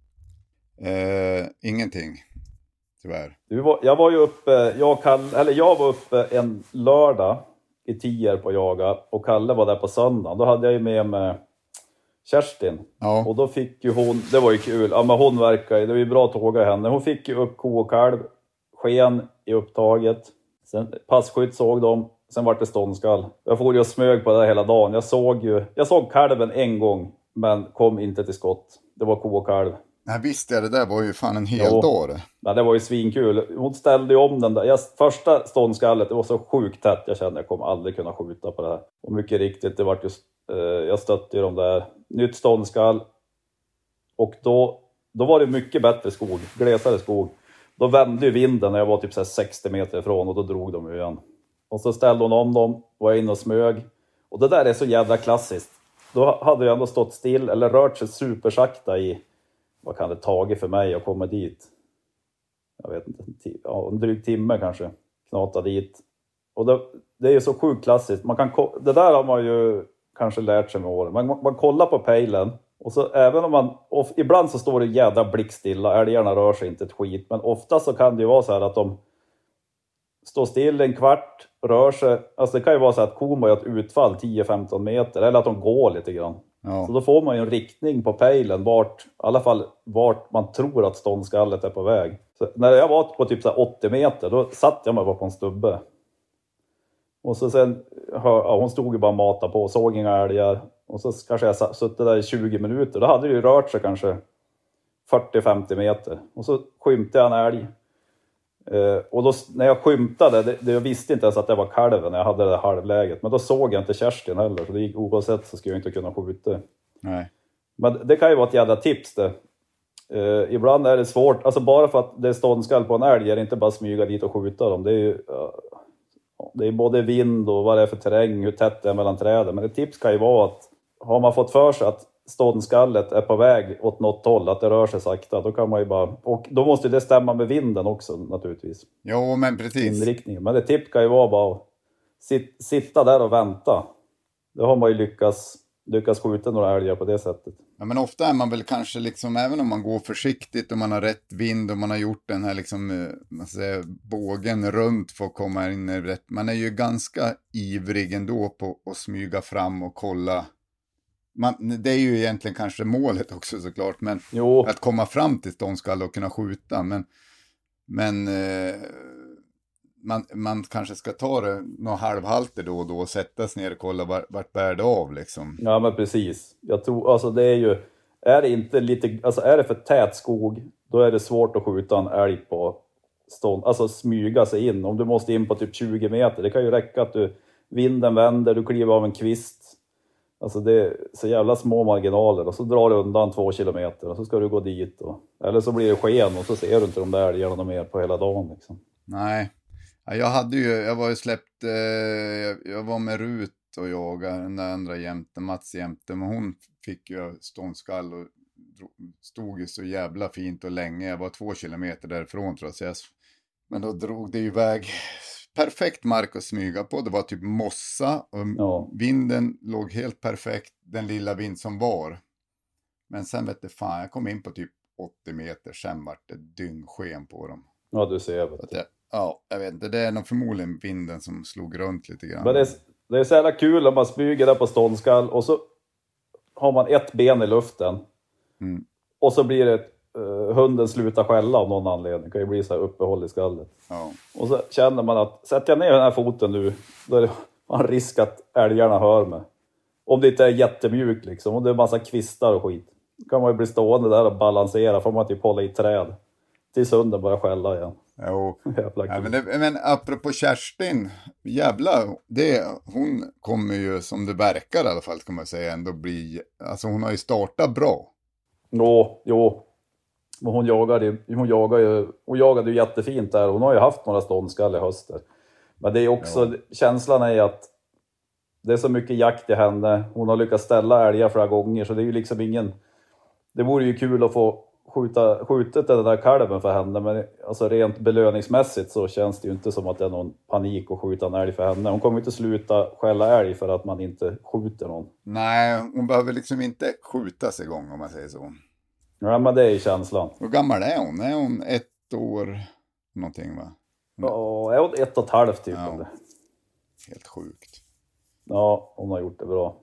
Eh, ingenting, tyvärr. Du var, jag var ju uppe, jag, Kalle, eller jag var uppe en lördag i Tierp på jaga och Kalle var där på söndagen. Då hade jag ju med mig Kerstin. Ja. Och då fick ju hon, det var ju kul, ja men hon verkar, det var ju bra tåga henne. Hon fick ju upp ko och kalv, sken i upptaget. Sen passkytt såg de, sen var det ståndskall. Jag får ju och smög på det hela dagen. Jag såg ju, jag såg kalven en gång, men kom inte till skott. Det var ko och kalv. Nej, visst är det där var ju fan en hel jo. dag det. Ja, det var ju svinkul. Hon ställde ju om den där. Jag, första ståndskallet, det var så sjukt tätt. Jag kände att jag kommer aldrig kunna skjuta på det här. Och mycket riktigt, det var just, eh, jag stötte ju dem där. Nytt ståndskall. Och då, då var det mycket bättre skog, glesare skog. Då vände ju vinden när jag var typ så här sextio meter ifrån och då drog de igen. Och så ställde hon om dem, var in och smög. Och det där är så jävla klassiskt. Då hade jag ändå stått still eller rört sig supersakta i, vad kan det tagit för mig att komma dit? Jag vet inte, ja, en dryg timme kanske, knata dit. Och det, det är ju så sjukt klassiskt. Man kan, det där har man ju kanske lärt sig med åren. Man, man kollar på pejlen. Och så även om man, och ibland så står det jävla blickstilla, älgarna rör sig inte ett skit. Men ofta så kan det ju vara så här att de står still en kvart, rör sig. Alltså det kan ju vara så att kon har ett utfall tio femton meter, eller att de går lite grann. Ja. Så då får man ju en riktning på pejlen, vart, i alla fall vart man tror att ståndskallet är på väg. Så när jag var på typ så här åttio meter, då satt jag mig bara på en stubbe. Och så sen, ja, hon stod ju bara och matade på, såg inga älgar. Och så kanske jag suttit där i tjugo minuter. Då hade det ju rört sig kanske fyrtio femtio meter. Och så skymtade jag en älg. Eh, och då, när jag skymtade, det, det, jag visste inte ens att det var kalven när jag hade det halvläget. Men då såg jag inte Kerstin heller. Så det gick, oavsett så skulle jag inte kunna skjuta. Nej. Men det kan ju vara ett jävla tips det. Eh, ibland är det svårt. Alltså bara för att det är ståndskall på en älg är det inte bara smyga dit och skjuta dem. Det är ju... Uh, Det är både vind och vad det är för terräng, hur tätt det är mellan träden. Men ett tips kan ju vara att har man fått för sig att ståndskallet är på väg åt något håll, att det rör sig sakta, då kan man ju bara... Och då måste det stämma med vinden också naturligtvis. Jo, men precis. Inriktningen. Men ett tips kan ju vara bara att sit, sitta där och vänta. Då har man ju lyckats, lyckats skjuta några älgar på det sättet. Ja, men ofta är man väl kanske liksom, även om man går försiktigt och man har rätt vind och man har gjort den här liksom, man säger, bågen runt för att komma in i rätt. Man är ju ganska ivrig ändå på att smyga fram och kolla. Man, det är ju egentligen kanske målet också såklart, men jo. Att komma fram till ståndskall och kunna skjuta. Men, men eh, man, man kanske ska ta det några halvhalter då och då och sätta sig ner och kolla vart, vart bär det av liksom. Ja, men precis. Jag tror, alltså det är ju, är det inte lite, alltså är det för tät skog, då är det svårt att skjuta en älg på stånd, alltså smyga sig in. Om du måste in på typ tjugo meter, det kan ju räcka att du, vinden vänder, du kliver av en kvist. Alltså det är så jävla små marginaler och så drar du undan två kilometer och så ska du gå dit. Och, eller så blir det sken och så ser du inte de där älgarna mer på hela dagen liksom. Nej. Jag hade ju, jag var ju släppt, eh, jag var med Rut och jagade den där andra jämte, Mats jämte, men hon fick ju ståndskall och stod ju så jävla fint och länge. Jag var två kilometer därifrån tror jag, så jag, men då drog det ju iväg. Perfekt mark att smyga på, det var typ mossa och ja. Vinden låg helt perfekt, den lilla vind som var. Men sen vet du fan, jag kom in på typ åttio meter, sen vart det dyngsken på dem. Ja, du ser. Vet du. Ja, jag vet inte. Det är nog förmodligen vinden som slog runt lite grann. Men det är, det är så jävla kul om man smyger där på ståndskall och så har man ett ben i luften. Mm. Och så blir det uh, hunden slutar skälla av någon anledning. Det kan ju bli så här uppehåll i skallet. Ja. Och så känner man att sätter jag ner den här foten nu, då är det en risk att älgarna hör mig. Om det inte är jättemjukt liksom. Om det är en massa kvistar och skit. Då kan man ju bli stående där och balansera. Får man typ hålla i träd. Tills hunden börjar skälla igen. Jo. Jävla ja, men, det, men apropå Kerstin, jävla, det, hon kommer ju som det verkar i alla fall kan man säga ändå bli, alltså hon har ju startat bra. Jo, jo. Men hon jagade, hon jagade ju, hon jagade ju jättefint där. Hon har ju haft några ståndskall i höster. Men det är också, ja. Känslan är att det är så mycket jakt i henne. Hon har lyckats ställa älgar flera gånger, så det är ju liksom ingen, det vore ju kul att få skjuta, skjutit den där kalven för henne, men alltså rent belöningsmässigt så känns det ju inte som att det är någon panik att skjuta en älg för henne. Hon kommer inte sluta skälla älg för att man inte skjuter någon. Nej, hon behöver liksom inte skjutas igång om man säger så. Ja, men det är känslan. Hur gammal är hon? Är hon ett år någonting va? Ja, är hon ett och ett halvt typ. Ja. Helt sjukt. Ja, hon har gjort det bra.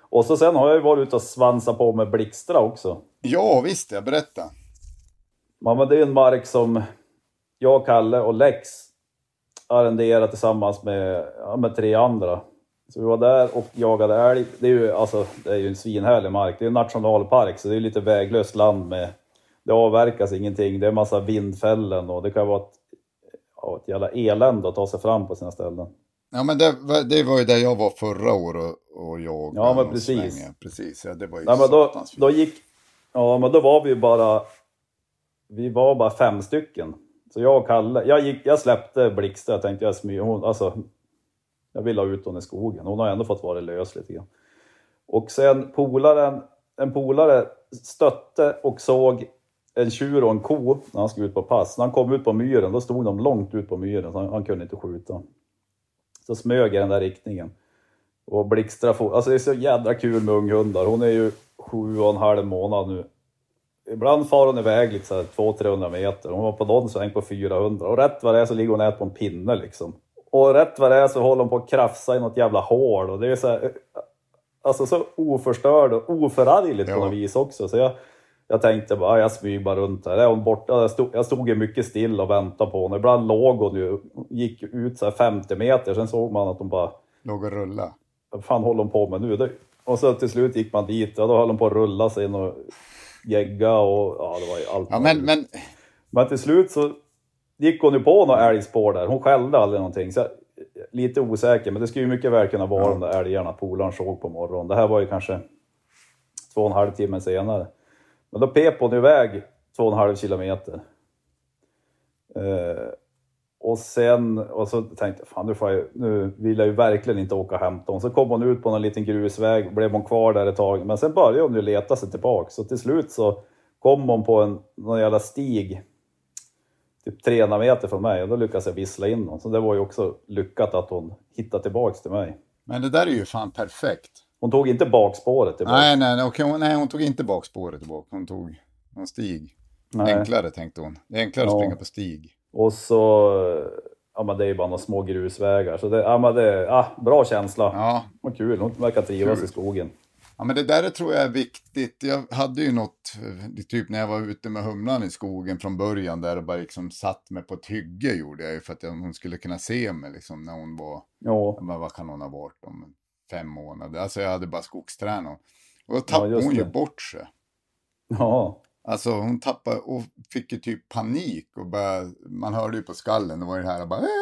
Och så sen har jag ju varit ute och svansat på med Blixtra också. Ja, visst, jag berättar. Ja, men det är en mark som jag, Kalle och Lex arrenderar tillsammans med, ja, med tre andra. Så vi var där och jagade älg. Det är ju, alltså, det är ju en svinhärlig mark. Det är en nationalpark, så det är lite väglöst land med... Det avverkas ingenting. Det är en massa vindfällen och det kan vara ett, ja, ett jävla elände att ta sig fram på sina ställen. Ja, men det, det var ju där jag var förra året och, och jag... Ja, men precis. Svänga. Precis, ja, det var ju... Nej, men då, då gick... Ja, men då var vi bara... Vi var bara fem stycken. Så jag och Kalle... Jag, gick, jag släppte Blixtra. Jag tänkte jag smyr... Hon, alltså... Jag ville ha ut hon i skogen. Hon har ändå fått vara lös lite grann. Och sen polaren... En polare stötte och såg en tjur och en ko när han skulle ut på pass. När han kom ut på myren, då stod de långt ut på myren. Så han, han kunde inte skjuta. Så smög i den där riktningen. Och Blixtra får... Alltså det är så jädra kul med unghundar. Hon är ju sju och en halv månad nu. Ibland far hon iväg lite så här två till trehundra meter. Hon var på någon sväng på fyrahundra. Och rätt vad det är så ligger hon ät på en pinne liksom. Och rätt vad det är så håller hon på att krafsa i något jävla hål. Och det är så här... Alltså så oförstörd och oförargligt på något vis också. Så jag, jag tänkte bara, jag smyg bara runt här. Jag, borta. Jag, stod, jag stod ju mycket still och väntade på henne. Ibland låg hon ju, gick ut så här femtio meter. Sen såg man att hon bara... Låg och rulla. Vad fan håller hon på med nu? Det, och så till slut gick man dit och då höll hon på att rulla sig in och gegga och ja, det var ju allt. Ja, men, men... men till slut så gick hon ju på några älgspår där. Hon skällde aldrig någonting. Så jag, lite osäker, men det skulle ju mycket väl kunna vara ja. De där älgarna polaren såg på morgonen. Det här var ju kanske två och en halv timme senare. Men då pep hon iväg två och en halv kilometer. Eh, och sen, och så tänkte jag, fan nu, får jag, nu vill jag ju verkligen inte åka och hämta hon. Så kom hon ut på en liten grusväg, blev hon kvar där ett tag. Men sen började hon ju leta sig tillbaka. Så till slut så kom hon på en någon jävla stig typ trehundra meter från mig, och då lyckades jag vissla in hon. Så det var ju också lyckat att hon hittade tillbaks till mig. Men det där är ju fan perfekt. Hon tog inte bakspåret tillbaka. Nej, nej, nej, okay, nej hon tog inte bakspåret tillbaka. Hon tog någon stig. Nej. Enklare tänkte hon. Det är enklare ja. Att springa på stig. Och så, ja men det är ju bara några små grusvägar. Så det, ja men det, ja, bra känsla. Ja. Vad kul, hon verkar trivas kul. I skogen. Ja, men det där tror jag är viktigt. Jag hade ju något, typ när jag var ute med humlan i skogen från början, där och bara liksom satt mig på ett hygge gjorde jag ju för att jag, hon skulle kunna se mig liksom när hon var, ja. Men vad kan hon ha varit om fem månader? Alltså jag hade bara skogstränat. Och då tappade ja, hon ju bort sig. Ja. Alltså hon tappade och fick ju typ panik och bara, man hörde ju på skallen, det var ju det här bara, Aah!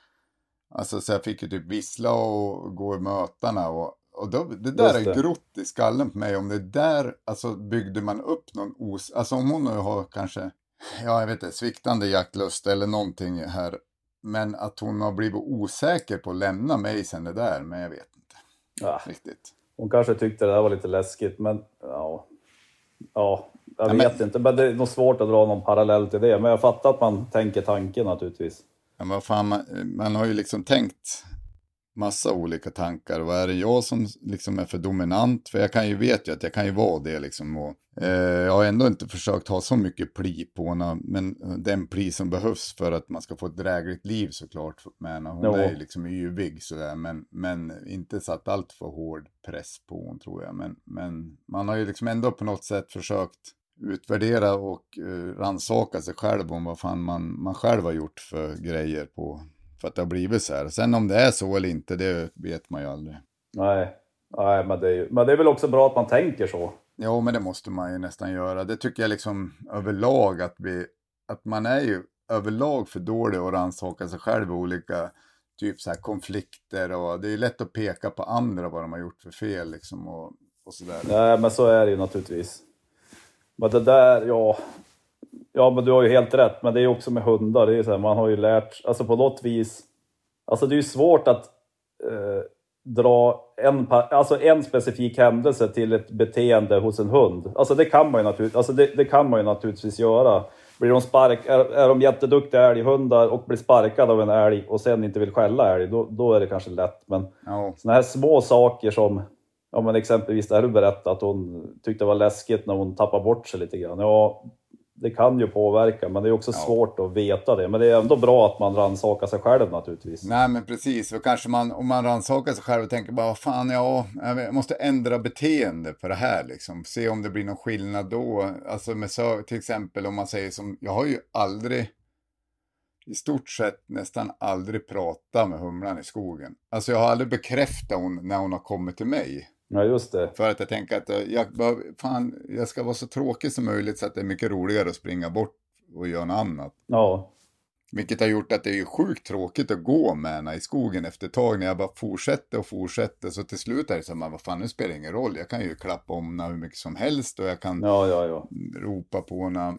Alltså så jag fick ju typ vissla och gå i mötarna och Och då, det där det. Är grott i skallen på mig. Om det där, alltså byggde man upp någon os... Alltså om hon nu har kanske, ja jag vet inte, sviktande jaktlust eller någonting här. Men att hon har blivit osäker på att lämna mig sen det där. Men jag vet inte. Ja. Riktigt. Hon kanske tyckte det där var lite läskigt. Men ja, ja jag ja, vet men... inte. Men det är nog svårt att dra någon parallell till det. Men jag fattar att man tänker tanken naturligtvis. Ja men vad fan, man, man har ju liksom tänkt... massa olika tankar. Vad är det jag som liksom är för dominant? För jag kan ju vet ju att jag kan ju vara det liksom. Och, eh, jag har ändå inte försökt ha så mycket pli på henne. Men den pli som behövs för att man ska få ett drägligt liv såklart med henne. Hon jo. Är liksom yvig sådär. Men, men inte satt allt för hård press på hon tror jag. Men, men man har ju liksom ändå på något sätt försökt utvärdera och eh, rannsaka sig själv om vad fan man, man själv har gjort för grejer på... För att det har blivit så här. Sen om det är så eller inte, det vet man ju aldrig. Nej, Nej men, det är ju, men det är väl också bra att man tänker så. Ja, men det måste man ju nästan göra. Det tycker jag liksom överlag att vi... Att man är ju överlag för dålig att rannsaka sig själv i olika typ så här konflikter. Och det är ju lätt att peka på andra vad de har gjort för fel liksom och, och sådär. Nej, men så är det ju naturligtvis. Men det där, ja... Ja, men du har ju helt rätt. Men det är ju också med hundar. Det är så här, man har ju lärt... Alltså på något vis... Alltså det är ju svårt att eh, dra en, alltså en specifik händelse till ett beteende hos en hund. Alltså det kan man ju naturligtvis, alltså det, det kan man ju naturligtvis göra. Blir de spark, är, är de jätteduktiga älghundar och blir sparkade av en älg och sen inte vill skälla älg, då, då är det kanske lätt. Men ja. Såna här små saker som... Ja, men exempelvis det här du berättade att hon tyckte det var läskigt när hon tappade bort sig lite grann. Ja... det kan ju påverka, men det är också ja. svårt att veta det. Men det är ändå bra att man rannsakar sig själv naturligtvis. Nej, men precis. Och kanske man, om man rannsakar sig själv och tänker bara, vad fan, ja, jag måste ändra beteende på det här liksom. Se om det blir någon skillnad då. Alltså med så, till exempel om man säger som, jag har ju aldrig, i stort sett nästan aldrig pratat med humlan i skogen. Alltså jag har aldrig bekräftat hon när hon har kommit till mig. Ja, just det. För att jag tänker att jag, fan, jag ska vara så tråkig som möjligt så att det är mycket roligare att springa bort och göra något annat. Ja. Vilket har gjort att det är sjukt tråkigt att gå med henne i skogen efter ett tag när jag bara fortsätter och fortsätter. Så till slut är det så här, vad fan, nu spelar det ingen roll. Jag kan ju klappa om henne hur mycket som helst och jag kan ja, ja, ja. ropa på henne.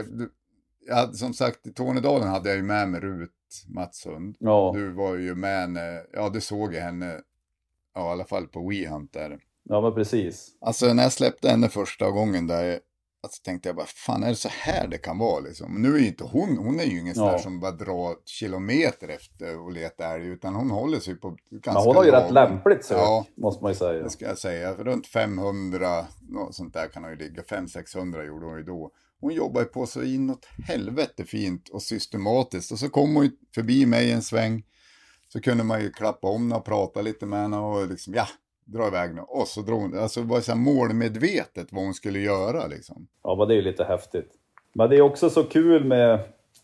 Jag, som sagt, i Tornedalen hade jag ju med mig Rut Matshund. Ja. Du var ju med henne, ja du såg henne, ja, i alla fall på WeHunt där. Ja, men precis. Alltså när jag släppte henne första gången där, alltså, tänkte jag bara, fan är det så här det kan vara liksom. Men nu är ju inte hon, hon är ju ingen sån där ja. som bara drar kilometer efter och letar älg, utan hon håller sig på ganska. Men hon har ju lag. rätt lämpligt så, ja, måste man ju säga. Det ska jag säga, för runt femhundra, något sånt där kan hon ju ligga, fem till sexhundra gjorde hon ju då. Hon jobbar ju på så inåt helvete fint och systematiskt. Och så kom hon förbi mig en sväng. Så kunde man ju klappa om henne och prata lite med henne och liksom, ja, dra iväg nu. Och så drog hon, alltså det var så här målmedvetet vad hon skulle göra liksom. Ja, men det är ju lite häftigt. Men det är också så kul med,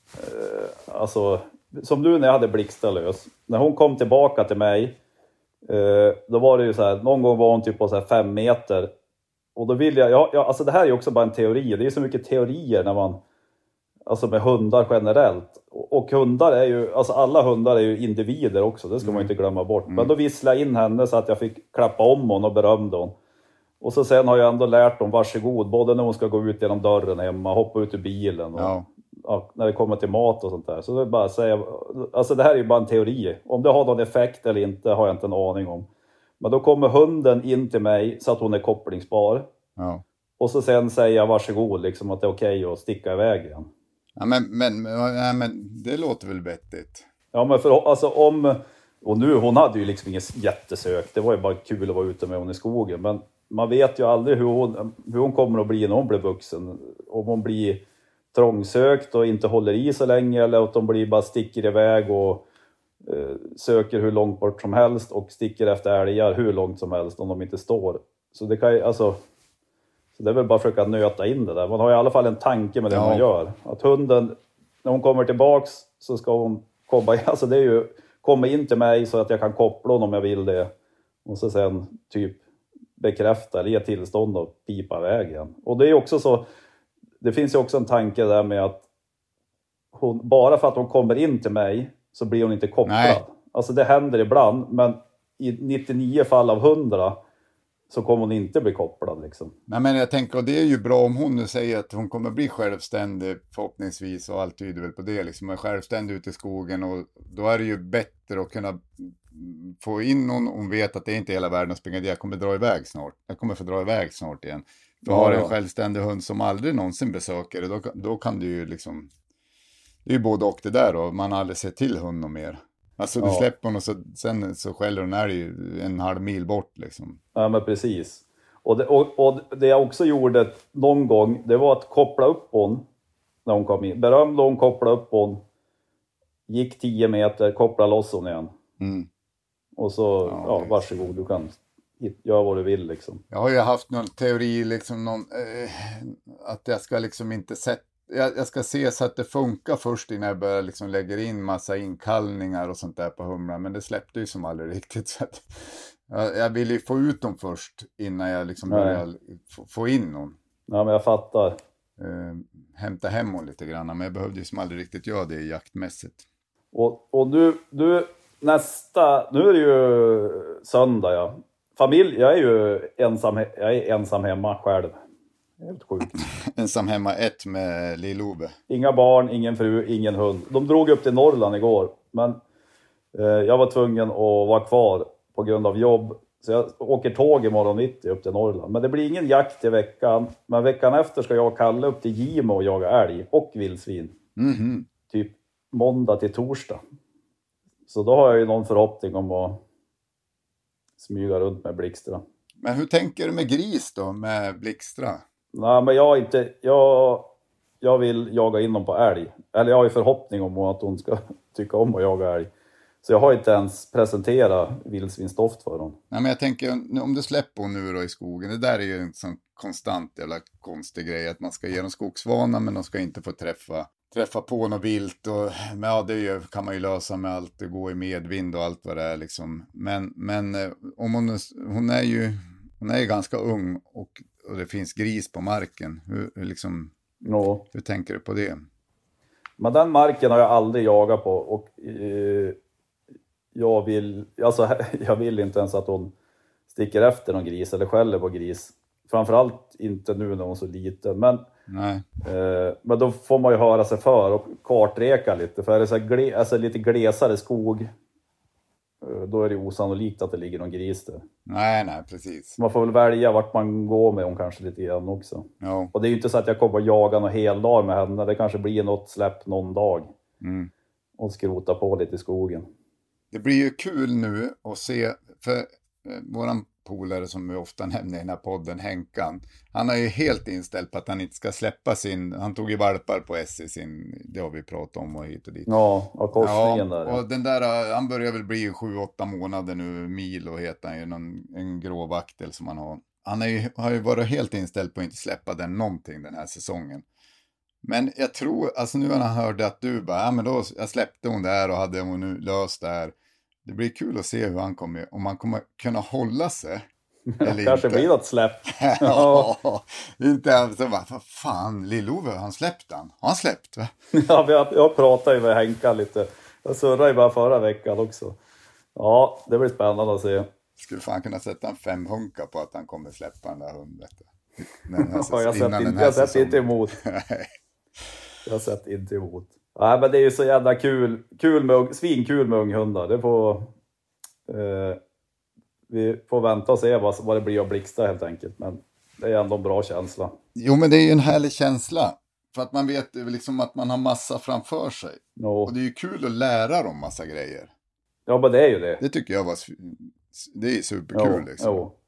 eh, alltså, som du när jag hade Blixtra lös. När hon kom tillbaka till mig, eh, då var det ju så här, någon gång var hon typ på så här fem meter. Och då vill jag, ja, ja, alltså det här är ju också bara en teori. Det är så mycket teorier när man, alltså med hundar generellt. Och, och hundar är ju, alltså alla hundar är ju individer också, det ska mm. man inte glömma bort. Mm. Men då visslade jag in henne så att jag fick klappa om hon och berömde hon. Och så sen har jag ändå lärt dem, varsågod, både när hon ska gå ut genom dörren hemma, hoppa ut ur bilen och ja. Ja, när det kommer till mat och sånt där. Så det är bara att säga, alltså det här är ju bara en teori. Om det har någon effekt eller inte har jag inte en aning om. Men då kommer hunden in till mig så att hon är kopplingsbar. Ja. Och så sen säger jag varsågod liksom att det är okej att sticka iväg igen. Ja, men, men, ja, men det låter väl vettigt. Ja, men för alltså om, och nu hon hade ju liksom ingen jättesök. Det var ju bara kul att vara ute med hon i skogen. Men man vet ju aldrig hur hon, hur hon kommer att bli när hon blir vuxen. Om hon blir trångsökt och inte håller i så länge. Eller att de blir bara sticker iväg och eh, söker hur långt bort som helst. Och sticker efter älgar hur långt som helst om de inte står. Så det kan ju, alltså... Så det är väl bara att försöka nöta in det där. Man har i alla fall en tanke med det ja. man gör. Att hunden, när hon kommer tillbaks så ska hon komma in, alltså det är ju, komma in till mig så att jag kan koppla honom om jag vill det. Och så sen typ bekräfta eller ge tillstånd och pipa iväg igen. Och det är också så, det finns ju också en tanke där med att hon, bara för att hon kommer in till mig så blir hon inte kopplad. Nej. Alltså det händer ibland, men i nittionio fall av hundra så kommer hon inte bli kopplad liksom. Nej, men jag tänker, och det är ju bra om hon nu säger att hon kommer bli självständig förhoppningsvis, och allt tyder väl på det liksom, är självständig ute i skogen, och då är det ju bättre att kunna få in någon, hon vet att det är inte hela världen att springa, jag kommer dra iväg snart, jag kommer få dra iväg snart igen. Då ja, har en ja. självständig hund som aldrig någonsin besöker det, då, då kan du ju liksom, det är ju både och det där, och man har aldrig sett till hunden mer. Alltså du ja. släpper hon och så, sen så skäller hon är ju en halv mil bort liksom. Ja, men precis. Och det, och, och det jag också gjorde någon gång, det var att koppla upp hon när hon kom in. Berömde hon, koppla upp hon. Gick tio meter, koppla loss hon igen. Mm. Och så, ja, ja varsågod, du kan göra vad du vill liksom. Jag har ju haft någon teori liksom, någon, eh, att jag ska liksom inte sätta, Jag, jag ska se så att det funkar först innan jag börjar liksom lägga in massa inkallningar och sånt där på humlan. Men det släppte ju som aldrig riktigt. Så att jag, jag ville ju få ut dem först innan jag liksom börjar få, få in dem. Ja, men jag fattar. Eh, hämta hem hon lite grann. Men jag behövde ju som aldrig riktigt göra det jaktmässigt. Och, och du, du, nästa, nu är det ju söndag, ja. Familj, jag är ju ensam, jag är ensam hemma själv. Helt sjukt. Ensam hemma ett med Lill-Ove. Inga barn, ingen fru, ingen hund. De drog upp till Norrland igår. Men eh, jag var tvungen att vara kvar på grund av jobb. Så jag åker tåg imorgon nittio upp till Norrland. Men det blir ingen jakt i veckan. Men veckan efter ska jag och Kalle upp till Gimo och jaga älg och vildsvin. Mm-hmm. Typ måndag till torsdag. Så då har jag ju någon förhoppning om att smyga runt med Blixtra. Men hur tänker du med gris då, med Blixtra? Nej, men jag inte, jag, jag vill jaga in dem på älg. Eller jag har ju förhoppning om att hon ska tycka om att jaga älg. Så jag har inte ens presenterat vildsvinsdoft för dem. Nej, men jag tänker, om du släpper hon nu då i skogen, det där är ju en sån konstant jävla konstig grej, att man ska ge dem skogsvana, men de ska inte få träffa, träffa på något vilt. Och, men ja, det är ju, kan man ju lösa med allt, det går i medvind och allt vad det är liksom. Men, men om hon, hon är ju hon är ju ganska ung och, och det finns gris på marken. Hur, hur, liksom, no. hur tänker du på det? Men den marken har jag aldrig jagat på, och eh, jag vill, alltså, jag vill inte ens att hon sticker efter någon gris eller skäller på gris. Framförallt inte nu när hon är så liten. Men, Nej. Eh, men då får man ju höra sig för och kartreka lite. För är det så här gle, alltså lite glesare skog, eh, då är det osannolikt att det ligger någon gris där. Nej, nej, precis. Man får väl välja vart man går med hon kanske lite grann också. Ja. Och det är ju inte så att jag kommer att jaga någon hel dag med henne. Det kanske blir något släpp någon dag. Mm. Och skrota på lite i skogen. Det blir ju kul nu att se, för eh, våran polare som vi ofta nämner i den här podden, Henkan, han har ju helt inställt på att han inte ska släppa sin, han tog ju valpar på S C sin, det har vi pratat om och hit och dit. Ja, och korsningen ja, där. Ja. Och den där, han börjar väl bli sju åtta månader nu, Milo heter han ju, någon, en grå vaktel som han har. Han är ju, har ju varit helt inställd på att inte släppa den någonting den här säsongen. Men jag tror, alltså nu när han hörde att du bara, ja men då jag släppte hon där och hade hon nu löst det här. Det blir kul att se hur han kommer, om han kommer kunna hålla sig. Eller kanske inte. blir något släpp. Ja, inte ens så bara, vad fan, Lill-Ove, han släppt han? Har han släppt va? Ja, jag, jag pratade ju med Henka lite. Jag surrade ju bara förra veckan också. Ja, det blir spännande att se. Skulle fan kunna sätta en fem hunka på att han kommer släppa den där hunden. Ja, jag sett inte, jag sett inte emot. Jag har sett inte emot. Nej, men det är ju så jävla kul, kul med, svinkul med unghundar. Det får, eh, vi får vänta och se vad, vad det blir av Blixtra helt enkelt. Men det är ändå en bra känsla. Jo, men det är ju en härlig känsla. För att man vet liksom att man har massa framför sig. No. Och det är ju kul att lära dem massa grejer. Ja, men det är ju det. Det tycker jag var, det är superkul jo, liksom. Jo.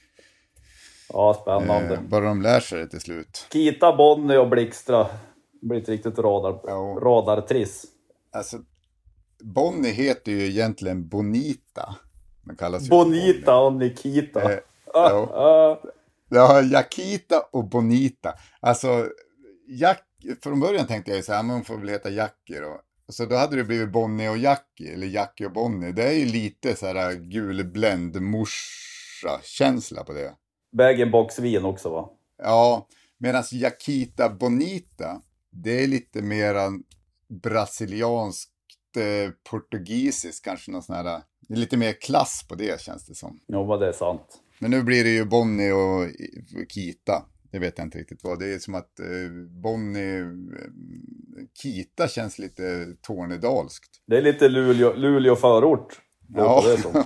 Ja, spännande. Eh, bara de lär sig det till slut. Kita, Bonnie och Blixtra. Det blir ett riktigt radar, ja. radartriss. Alltså, Bonnie heter ju egentligen Bonita. Man kallas ju Bonita och Nikita. Eh, ah, ja. ah. Ja, Jakita och Bonita. Alltså, Jack, från början tänkte jag ju så här, men hon får väl heta Jackie då. Så då hade det blivit Bonnie och Jackie, eller Jackie och Bonnie. Det är ju lite så här gulbländ morsa känsla på det. Bag-in-box-vin också va? Ja, medan Jakita Bonita, det är lite mera brasilianskt, eh, portugisiskt, kanske någon sån här, det är lite mer klass på det känns det som. Ja, men det är sant. Men nu blir det ju Bonnie och Kita. Det vet jag inte riktigt vad. Det är som att eh, Bonnie, eh, Kita känns lite tornedalskt. Det är lite Luleå, Luleå förort. Ja. Det är så.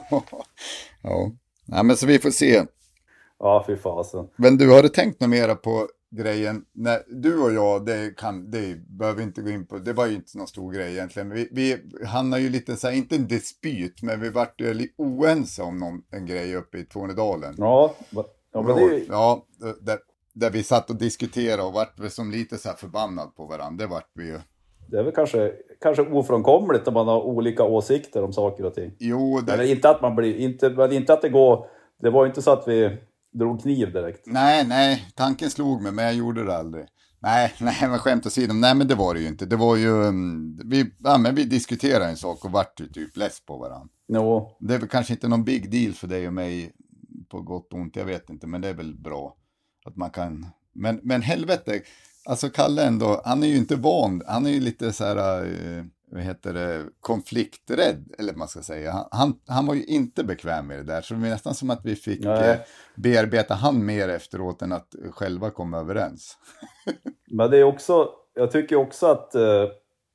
Ja. Ja, men så vi får se. Ja, fy fasen. Men du, har du tänkt något mera på grejen? När du och jag, det, kan, det behöver vi inte gå in på. Det var ju inte någon stor grej egentligen. Vi, vi hamnar ju lite så här, inte en dispyt, men vi vart ju lite oense om någon, en grej uppe i Tornedalen. Ja, ja men det är ju... Ja, där, där vi satt och diskuterade och vart vi som lite så här förbannad på varandra. Det vart vi ju. Det är väl kanske, kanske ofrånkomligt när man har olika åsikter om saker och ting. Jo, det... Eller inte att man blir, inte, men inte att det går, det var inte så att vi drog kniv direkt. Nej, nej, tanken slog mig, men jag gjorde det aldrig. Nej, nej, men skämt åsido. Nej, men det var det ju inte. Det var ju, vi, ja, men vi diskuterade en sak och vart ju typ less på varandra. Jo. Det är väl kanske inte någon big deal för dig och mig på gott och ont, jag vet inte, men det är väl bra att man kan. Men, men helvete, alltså Kalle ändå, han är ju inte van, han är ju lite så här, uh, vad heter det, konflikträdd, eller vad man ska säga. Han, han, han var ju inte bekväm med det där, så det var nästan som att vi fick uh, bearbeta han mer efteråt än att själva komma överens. Men det är också, jag tycker också att, uh,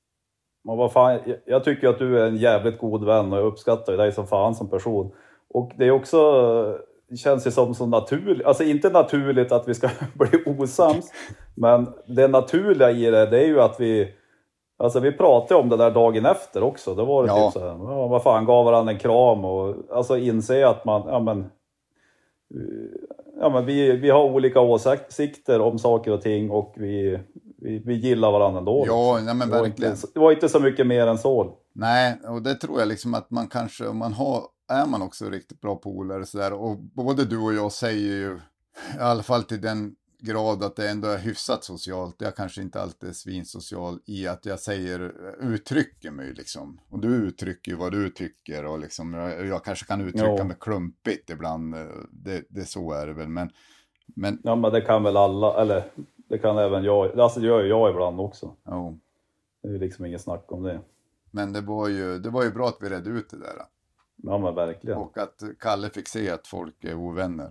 man var fan, jag, jag tycker att du är en jävligt god vän och jag uppskattar dig som fan som person. Och det är också, det känns ju som så naturligt, alltså inte naturligt att vi ska bli osams, men det naturliga i det, det är ju att vi, alltså vi pratade om det där dagen efter också, då var det ja. typ så här, ja, vad fan, gav varandra en kram och alltså inse att man, ja men, ja men vi, vi har olika åsikter om saker och ting och vi, Vi, vi gillar varandra ändå. Ja, liksom. nej, men det, var verkligen. inte, det var inte så mycket mer än så. Nej, och det tror jag liksom att man kanske, om man har, är man också riktigt bra polare så där, och både du och jag säger ju, i alla fall till den grad att det ändå är hyfsat socialt. Jag kanske inte alltid är svinsocial i att jag säger, uttrycker mig liksom. Och du uttrycker ju vad du tycker och liksom, jag, jag kanske kan uttrycka jo. mig klumpigt ibland. Det, det så är det väl, men, men... Ja, men det kan väl alla, eller det kan även jag, alltså det gör ju jag ibland också. Jo. Det är ju liksom inget snack om det. Men det var ju, det var ju bra att vi redde ut det där. Ja, men verkligen. Och att Kalle fick se att folk är ovänner.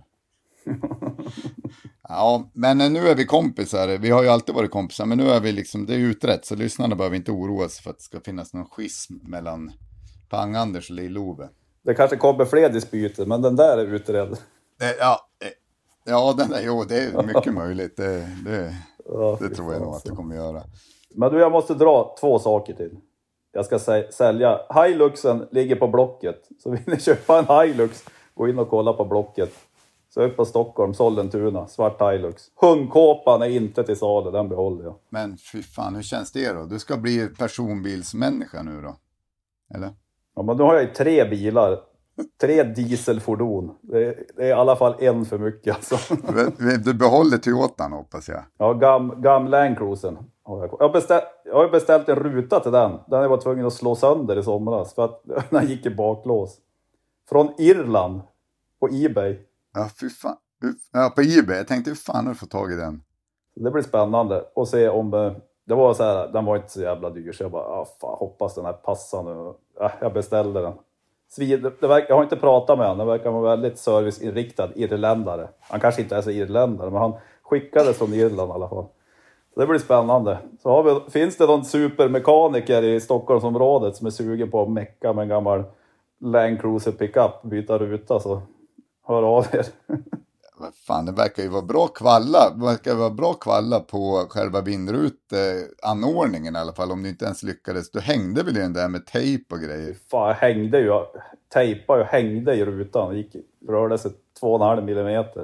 Ja, men nu är vi kompisar. Vi har ju alltid varit kompisar, men nu är vi liksom, det är utrett. Så lyssnarna behöver inte oroa sig för att det ska finnas någon schism mellan Pang-Anders och Lill-Ove. Det kanske kommer fler dispyter, men den där är utredd. Eh, ja, eh, ja den där, jo, det är mycket möjligt. Det, det, Ja, det tror jag nog att det kommer göra. Men du, jag måste dra två saker till. Jag ska sä- sälja. Hiluxen ligger på Blocket. Så vill ni köpa en Hilux, gå in och kolla på Blocket. Så upp på Stockholm, Sollentuna, svart Hilux. Hundkåpan är inte till salu, den behåller jag. Men fy fan, hur känns det då? Du ska bli personbilsmänniska nu då? Eller? Ja, men nu har jag ju tre bilar. Tre dieselfordon. Det är, det är i alla fall en för mycket alltså. Du behåller Toyotan, hoppas jag. Ja, gam, gamla Land Cruisen har jag. Jag, beställ, jag har beställt en ruta till den. Den jag var tvungen att slå sönder i somras. För att den gick i baklås. Från Irland. På eBay. Ja, fy fan. Ja, på eBay. Jag tänkte, hur fan har du fått tag i den? Det blir spännande att se om... Det var så här, den var inte så jävla dyr. Så jag bara, ah, fan, hoppas den här passar nu. Ja, jag beställde den. Svid, det verkar, jag har inte pratat med honom. Det verkar vara väldigt serviceinriktad irländare. Han kanske inte är så irländare, men han skickades från Irland i alla fall. Så det blir spännande. Så har vi, finns det någon supermekaniker i Stockholmsområdet som är sugen på att mecka med en gammal Land Cruiser pickup, byta ruta, så hör av er. Fan, det verkar ju vara bra kvalla. Det verkar vara bra kvalla på själva vindruteanordningen i alla fall. Om du inte ens lyckades. Du hängde väl i den där med tejp och grejer? Fan, jag hängde ju. Tejpade och hängde i rutan. Det gick, rörde sig två och en halv millimeter.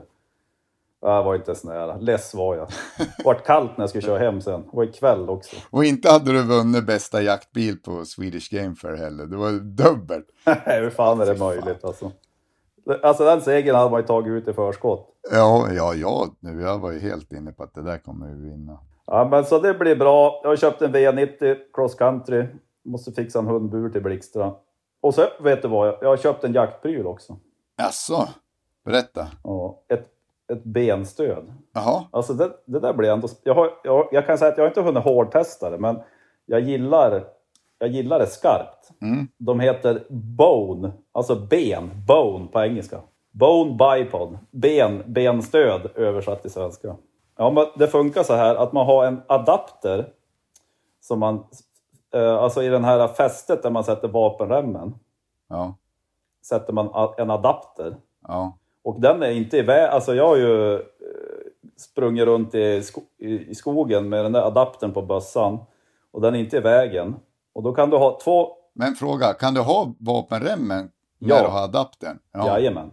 Jag var inte så nära. Less var jag. Det var kallt när jag skulle köra hem sen. Det var ikväll också. Och inte hade du vunnit bästa jaktbil på Swedish Game Fair heller. Det var dubbelt. Nej, hur fan är det möjligt alltså? Alltså den segern hade man ju tagit ut i förskott. Ja, ja, ja. Nu, jag var ju helt inne på att det där kommer vi vinna. Ja, men så det blir bra. Jag har köpt en V nittio Cross Country. Måste fixa en hundbur till Blixtra. Och så vet du vad, jag har köpt en jaktpryl också. Jaså? Berätta. Ja, ett, ett benstöd. Jaha. Alltså det, det där blir ändå... Jag, har, jag, jag kan säga att jag har inte hunnit hårdtesta det, men jag gillar, jag gillar det skarpt. Mm. De heter Bone, alltså ben, Bone på engelska. Bone Bipod, ben, benstöd översatt till svenska. Ja, men det funkar så här att man har en adapter som man, eh, alltså i den här fästet där man sätter vapenremmen. Ja. Sätter man en adapter. Ja. Och den är inte i vägen, alltså jag har ju eh, sprungit runt i, sko- i, i skogen med den där adaptern på bössan. Och den är inte i vägen. Och då kan du ha två... Men fråga, kan du ha vapenremmen när Ja. du har adaptern? Ja. Jajamän.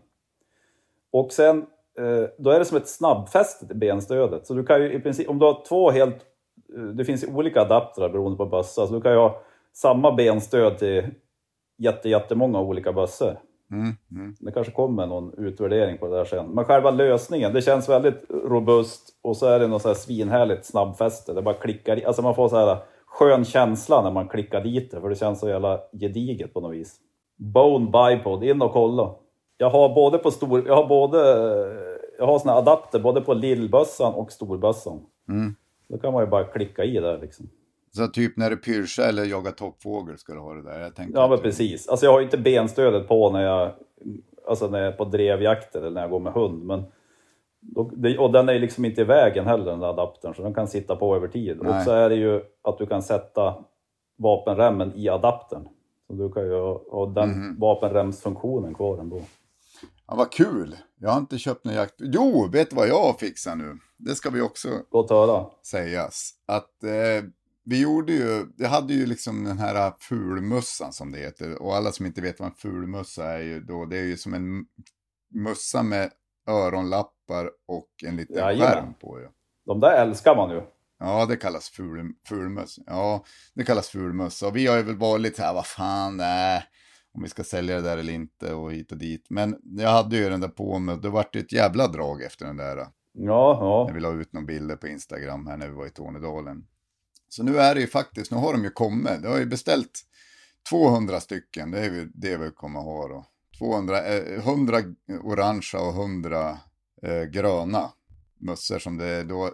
Och sen, eh, då är det som ett snabbfäste till benstödet. Så du kan ju i princip, om du har två helt, eh, det finns ju olika adaptrar beroende på bössa. Så du kan ju ha samma benstöd till jätte, jättemånga olika bössor. Mm, mm. Det kanske kommer någon utvärdering på det där sen. Men själva lösningen, det känns väldigt robust. Och så är det något så här svinhärligt snabbfäste. Det bara klickar i, alltså man får så här skön känsla när man klickar dit det. För det känns så jävla gediget på något vis. Bone Bipod, in och kolla. Jag har både på stor, jag har både, jag har såna adapter både på lillbössan och storbössan. Mm. Då kan man ju bara klicka i där liksom. Så typ när du pyrschar eller jagar toppfågel ska du ha det där. Jag tänkte Ja, men att... precis. Alltså jag har inte benstödet på när jag, alltså när jag är på drevjakter eller när jag går med hund. Men då, det, och den är liksom inte i vägen heller, den där adaptern. Så den kan sitta på över tid. Nej. Och så är det ju att du kan sätta vapenremmen i adaptern. Så du kan ju ha den Mm. vapenremsfunktionen kvar ändå. Ja, vad kul. Jag har inte köpt någon jakt... Jo, vet du vad jag fixar nu? Det ska vi också Låt höra. sägas. Att eh, vi gjorde ju... Jag hade ju liksom den här fulmussan som det heter. Och alla som inte vet vad en fulmussa är ju då... Det är ju som en mussa med öronlappar och en liten Jajamän. skärm på ju. De där älskar man ju. Ja, det kallas ful, fulmöss. Ja, det kallas fulmöss. Och vi har ju väl varit så här, vad fan, nej, om vi ska sälja det där eller inte och hit och dit. Men jag hade ju den där på mig, det vart ett jävla drag efter den där. Ja, ja. När vi la ut några bilder på Instagram här när vi var i Tornedalen. Så nu är det ju faktiskt, nu har de ju kommit. Det har ju beställt tvåhundra stycken, det är ju det vi kommer ha då. tvåhundra, eh, hundra orangea och hundra eh, gröna mössor som det är då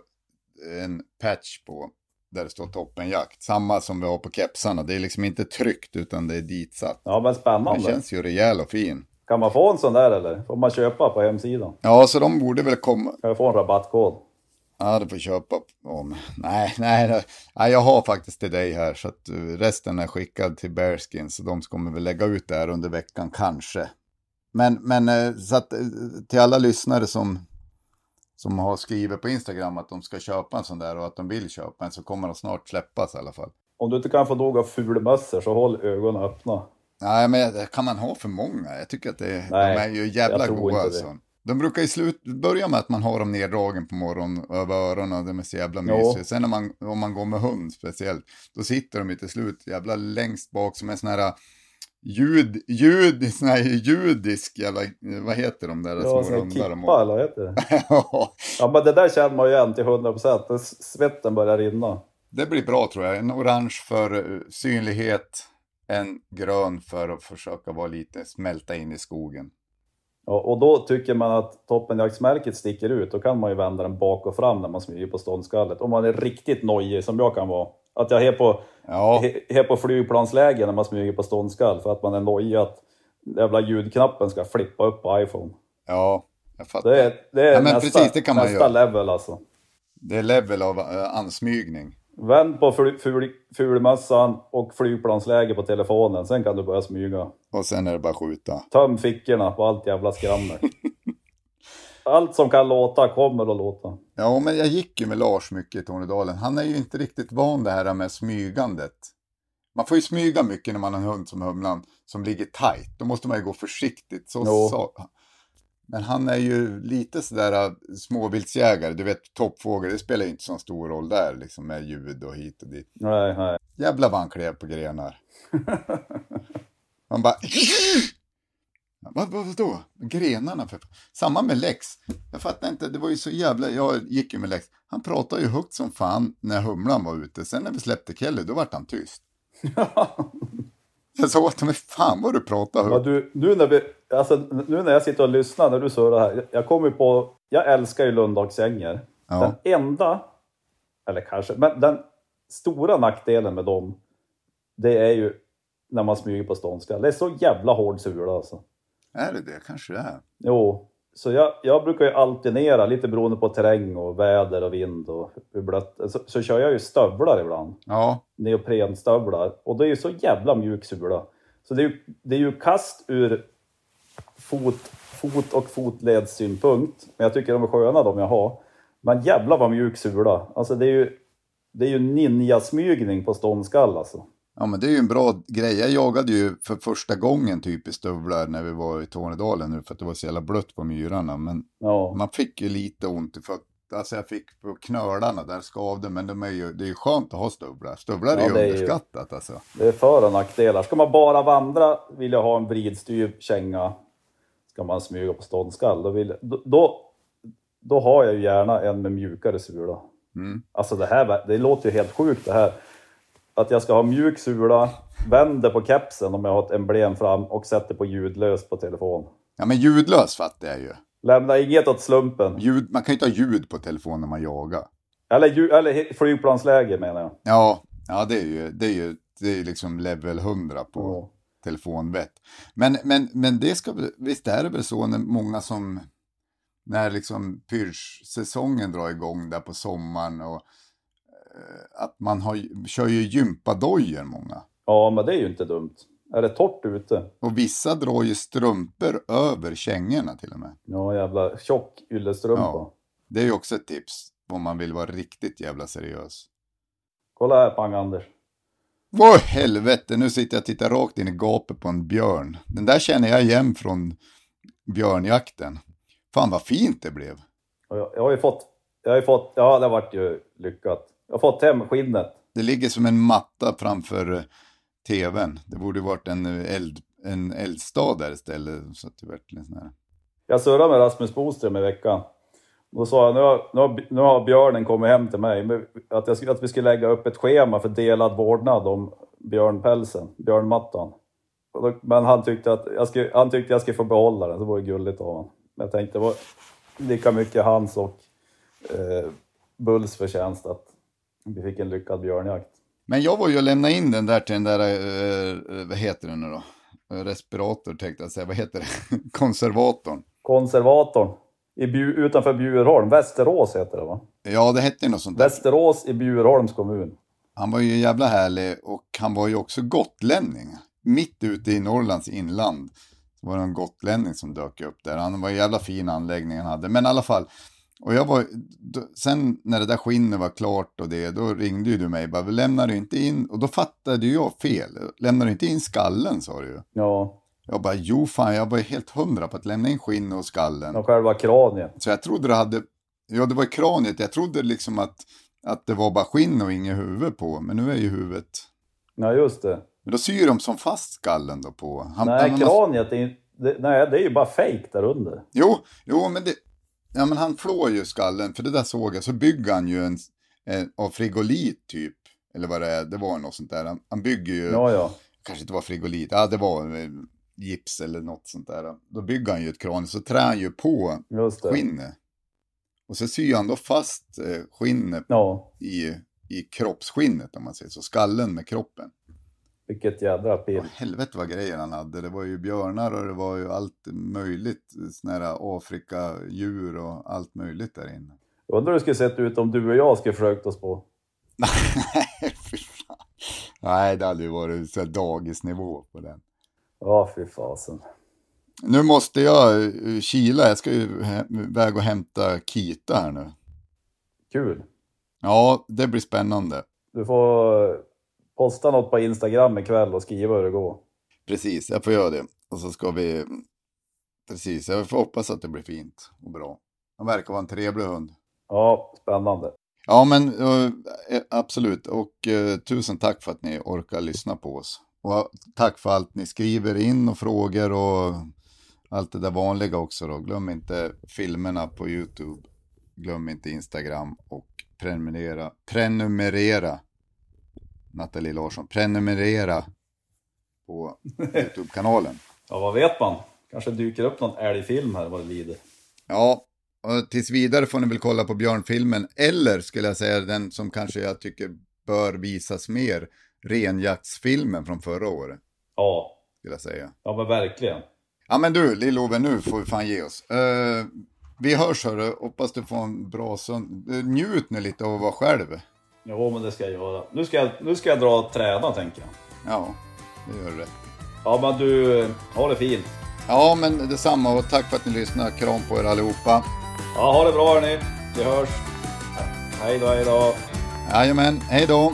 en patch på där det står toppenjakt. Samma som vi har på kepsarna. Det är liksom inte tryckt utan det är ditsatt. Ja, men spännande. Det känns ju rejäl och fin. Kan man få en sån där eller? Får man köpa på hemsidan? Ja, så de borde väl komma. Kan jag få en rabattkod? Ja, det får köpa om. Nej, nej, nej, jag har faktiskt till dig här så att resten är skickad till Bearskin så de kommer väl lägga ut det här under veckan kanske. Men, men så att till alla lyssnare som, som har skrivit på Instagram att de ska köpa en sån där och att de vill köpa en så kommer de snart släppas i alla fall. Om du inte kan få nog av fulmössor så håll ögonen öppna. Nej, men det kan man ha för många. Jag tycker att det, nej, de är ju jävla goda alltså. De brukar i slut börja med att man har dem neddragen på morgonen över öronen och de är så jävla mysiga. Sen när man, om man går med hund speciellt, då sitter de ju till slut jävla längst bak som en sån här ljud, ljud, sån här judisk jävla, vad heter de där? Ja, små rundar kippa eller vad heter det? Ja. Ja, men det där känner man ju igen till hundra procent. Svetten börjar rinna. Det blir bra tror jag. En orange för synlighet, en grön för att försöka vara lite smälta in i skogen. Ja, och då tycker man att toppenjaktsmärket sticker ut. Då kan man ju vända den bak och fram när man smyger på ståndskallet. Om man är riktigt nojig som jag kan vara. Att jag är på, ja. he, på flygplansläge när man smyger på ståndskall. För att man är nojig att jävla ljudknappen ska flippa upp på iPhone. Ja, jag fattar. Det är, det är ja, men nästa, precis, det kan man nästa göra. level alltså. Det är level av uh, ansmygning. Vänd på ful, ful, fulmössan och flygplansläge på telefonen. Sen kan du börja smyga. Och sen är det bara skjuta. Töm fickorna på allt jävla skrammel. Allt som kan låta kommer att låta. Ja, men jag gick ju med Lars mycket i Tornedalen. Han är ju inte riktigt van det här med smygandet. Man får ju smyga mycket när man har en hund som Humlan som ligger tajt. Då måste man ju gå försiktigt. Så, så. Men han är ju lite sådär småviltsjägare. Du vet, toppfågel, det spelar ju inte så stor roll där. Liksom med ljud och hit och dit. Nej, nej. Jävla vad han klev på grenar. Man bara... Vad, vad, vad då? Grenarna för... Samma med Lex. Jag fattar inte, det var ju så jävla... Jag gick ju med Lex. Han pratade ju högt som fan när Humlan var ute. Sen när vi släppte Kelly, då var han tyst. Jag sa åt mig, fan vad du pratar högt. Ja, du, nu, när vi, alltså, nu när jag sitter och lyssnar när du så det här. Jag kommer på... Jag älskar ju Lundagsgänger. Ja. Den enda... Eller kanske... Men den stora nackdelen med dem... Det är ju när man smyger på ståndskall. Det är så jävla hård sula alltså. Är det det? Kanske det är. Jo, så jag, jag brukar ju alternera lite beroende på terräng och väder och vind och hur blött. Så, så kör jag ju stövlar ibland. Ja. Neoprenstövlar. Och det är ju så jävla mjuk sula. Så det är ju, det är ju kast ur fot, fot och fotledssynpunkt. Men jag tycker de är sköna de jag har. Men jävla vad mjuk sula. Alltså det är ju, det är ju ninjasmygning på ståndskall alltså. Ja, men det är ju en bra grej. Jag jagade ju för första gången typ i stövlar när vi var i Tornedalen nu för att det var så jävla blött på myrarna. Men ja. Man fick ju lite ont i fötterna. Alltså jag fick på knölarna där skavde, men de är ju, det är ju skönt att ha stövlar. Stövlar ja, är ju är underskattat ju, alltså. Det är för- och nackdelar. Ska man bara vandra vill jag ha en vridstyv känga. Ska man smyga på ståndskall då, vill, då, då, då har jag ju gärna en med mjukare sula. Mm. Alltså det här, det låter ju helt sjukt det här. Att jag ska ha mjuk sula, vänder på kepsen om jag har ett emblem fram och sätter på ljudlös på telefon. Ja, men ljudlös fattar jag ju. Lämna inget åt slumpen. Ljud, man kan ju inte ha ljud på telefon när man jagar. Eller, eller flygplansläge menar jag. Ja, ja det är ju, det är ju det är liksom level hundra på oh. telefonvett. Men, men, men det ska, visst är det väl så när många som, när liksom pyrschsäsongen drar igång där på sommaren och att man har, kör ju gympadojor många. Ja, men det är ju inte dumt. Är det torrt ute? Och vissa drar ju strumpor över kängorna till och med. Ja, jävla tjock yllestrumpa. Ja, det är ju också ett tips om man vill vara riktigt jävla seriös. Kolla här, Pang-Anders. Vad helvete, nu sitter jag och tittar rakt in i gapet på en björn. Den där känner jag igen från björnjakten. Fan vad fint det blev. Jag, jag har ju fått, jag har ju fått, ja det har varit ju lyckat. Jag har fått hem skinnet. Det ligger som en matta framför tvn. Det borde varit en, eld, en eldstad där istället. Så att det verkligen sån här. Jag surrade med Rasmus Boström i veckan. Då sa jag, nu har, nu har, nu har björnen kommit hem till mig. Att, jag, att vi skulle lägga upp ett schema för delad vårdnad om björnpälsen, björnmattan. Men han tyckte att jag skulle, han tyckte jag skulle få behålla den, så var det gulligt av honom. Men jag tänkte, det var lika mycket hans och eh, Bulls förtjänst att vi fick en lyckad björnjakt. Men jag var ju att lämna in den där till den där, eh, vad heter den nu då? Respirator tänkte jag säga, vad heter det? Konservatorn. Konservatorn. I Bju, utanför Bjurholm, Västerås heter det va? Ja, det hette något sånt där. Västerås i Bjurholms kommun. Han var ju jävla härlig och han var ju också gotlänning. Mitt ute i Norrlands inland så var det en gotlänning som dök upp där. Han var en jävla fin anläggning han hade. Men i alla fall, och jag var, då, sen när det där skinnet var klart och det, då ringde ju du mig. Bara, lämnar du inte in? Och då fattade jag fel. Lämnar du inte in skallen, sa du ju. Ja. Jag bara, jo fan, jag var helt hundra på att lämna in skinn och skallen. Och själva kraniet. Så jag trodde det hade, ja det var kraniet. Jag trodde liksom att, att det var bara skinn och inget huvud på. Men nu är ju huvudet. Ja, just det. Men då syr de som fast skallen då på. Han, nej, han, kraniet är, det, nej, det är ju bara fake där under. Jo, jo men det, ja men han flår ju skallen. För det där såg jag, så bygger han ju en, en av frigolit typ. Eller vad det är, det var något sånt där. Han, han bygger ju, ja, ja. Kanske inte var frigolit, ja det var gips eller något sånt där. Då bygger han ju ett kran, så trär han ju på skinnet. Och så syr han då fast eh, skinnet ja. i, i kroppsskinnet om man säger så. Skallen med kroppen. Vilket jädra pill. Oh, helvete vad grejer han hade. Det var ju björnar och det var ju allt möjligt. Såna här Afrika-djur och allt möjligt där inne. Jag undrar hur det skulle sett ut om du och jag skulle försökt oss på. Nej, fy fan. Nej, det hade ju varit så här dagisnivå på den. Ja, fy fasen. Nu måste jag kila. Jag ska ju väga och hämta Kita här nu. Kul. Ja, det blir spännande. Du får posta något på Instagram ikväll och skriva hur det går. Precis, jag får göra det. Och så ska vi... Precis, jag får hoppas att det blir fint och bra. Han verkar vara en trevlig hund. Ja, spännande. Ja, men uh, absolut. Och uh, tusen tack för att ni orkar lyssna på oss. Och tack för allt ni skriver in och frågor och allt det där vanliga också då. Glöm inte filmerna på YouTube. Glöm inte Instagram och prenumerera. Prenumerera. Nathalie Larsson. Prenumerera på YouTube-kanalen. Ja, vad vet man? Kanske dyker upp någon älgfilm här vad det lider. Ja, och tills vidare får ni väl kolla på björnfilmen. Eller skulle jag säga den som kanske jag tycker bör visas mer. Renjaktsfilmen från förra året. Ja. Skulle jag säga. Ja, men verkligen. Ja, men du, Lill-Ove, nu får vi fan ge oss. Uh, vi hörs, hörru. Hoppas du får en bra söndag. Uh, njut nu lite av att vara själv. Jo, men det ska jag göra. Nu ska jag, nu ska jag dra och träna, tänker jag. Ja, det gör du rätt. Ja, men du, ha det fint. Ja, men detsamma och tack för att ni lyssnar. Kram på er allihopa. Ja, ha det bra hörni. Vi hörs. Hej då, hej då. Jajamän, hej då.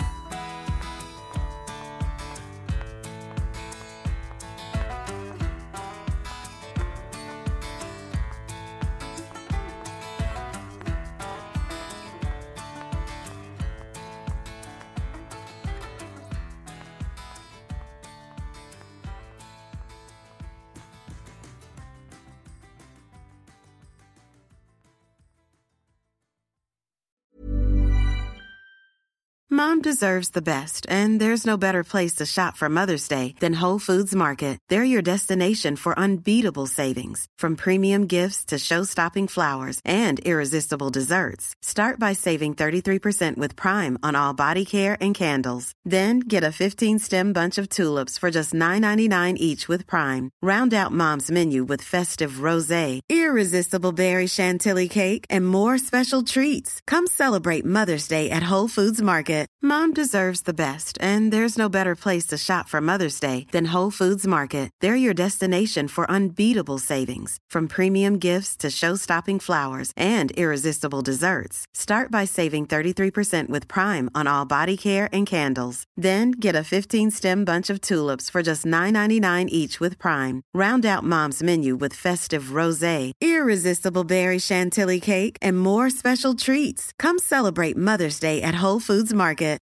Mom deserves the best, and there's no better place to shop for Mother's Day than Whole Foods Market. They're your destination for unbeatable savings, from premium gifts to show-stopping flowers and irresistible desserts. Start by saving thirty-three percent with Prime on all body care and candles. Then get a fifteen-stem bunch of tulips for just nine ninety-nine each with Prime. Round out Mom's menu with festive rosé, irresistible berry chantilly cake, and more special treats. Come celebrate Mother's Day at Whole Foods Market. Mom deserves the best, and there's no better place to shop for Mother's Day than Whole Foods Market. They're your destination for unbeatable savings, from premium gifts to show-stopping flowers and irresistible desserts. Start by saving thirty-three percent with Prime on all body care and candles. Then get a fifteen-stem bunch of tulips for just nine ninety-nine each with Prime. Round out Mom's menu with festive rosé, irresistible berry chantilly cake, and more special treats. Come celebrate Mother's Day at Whole Foods Market.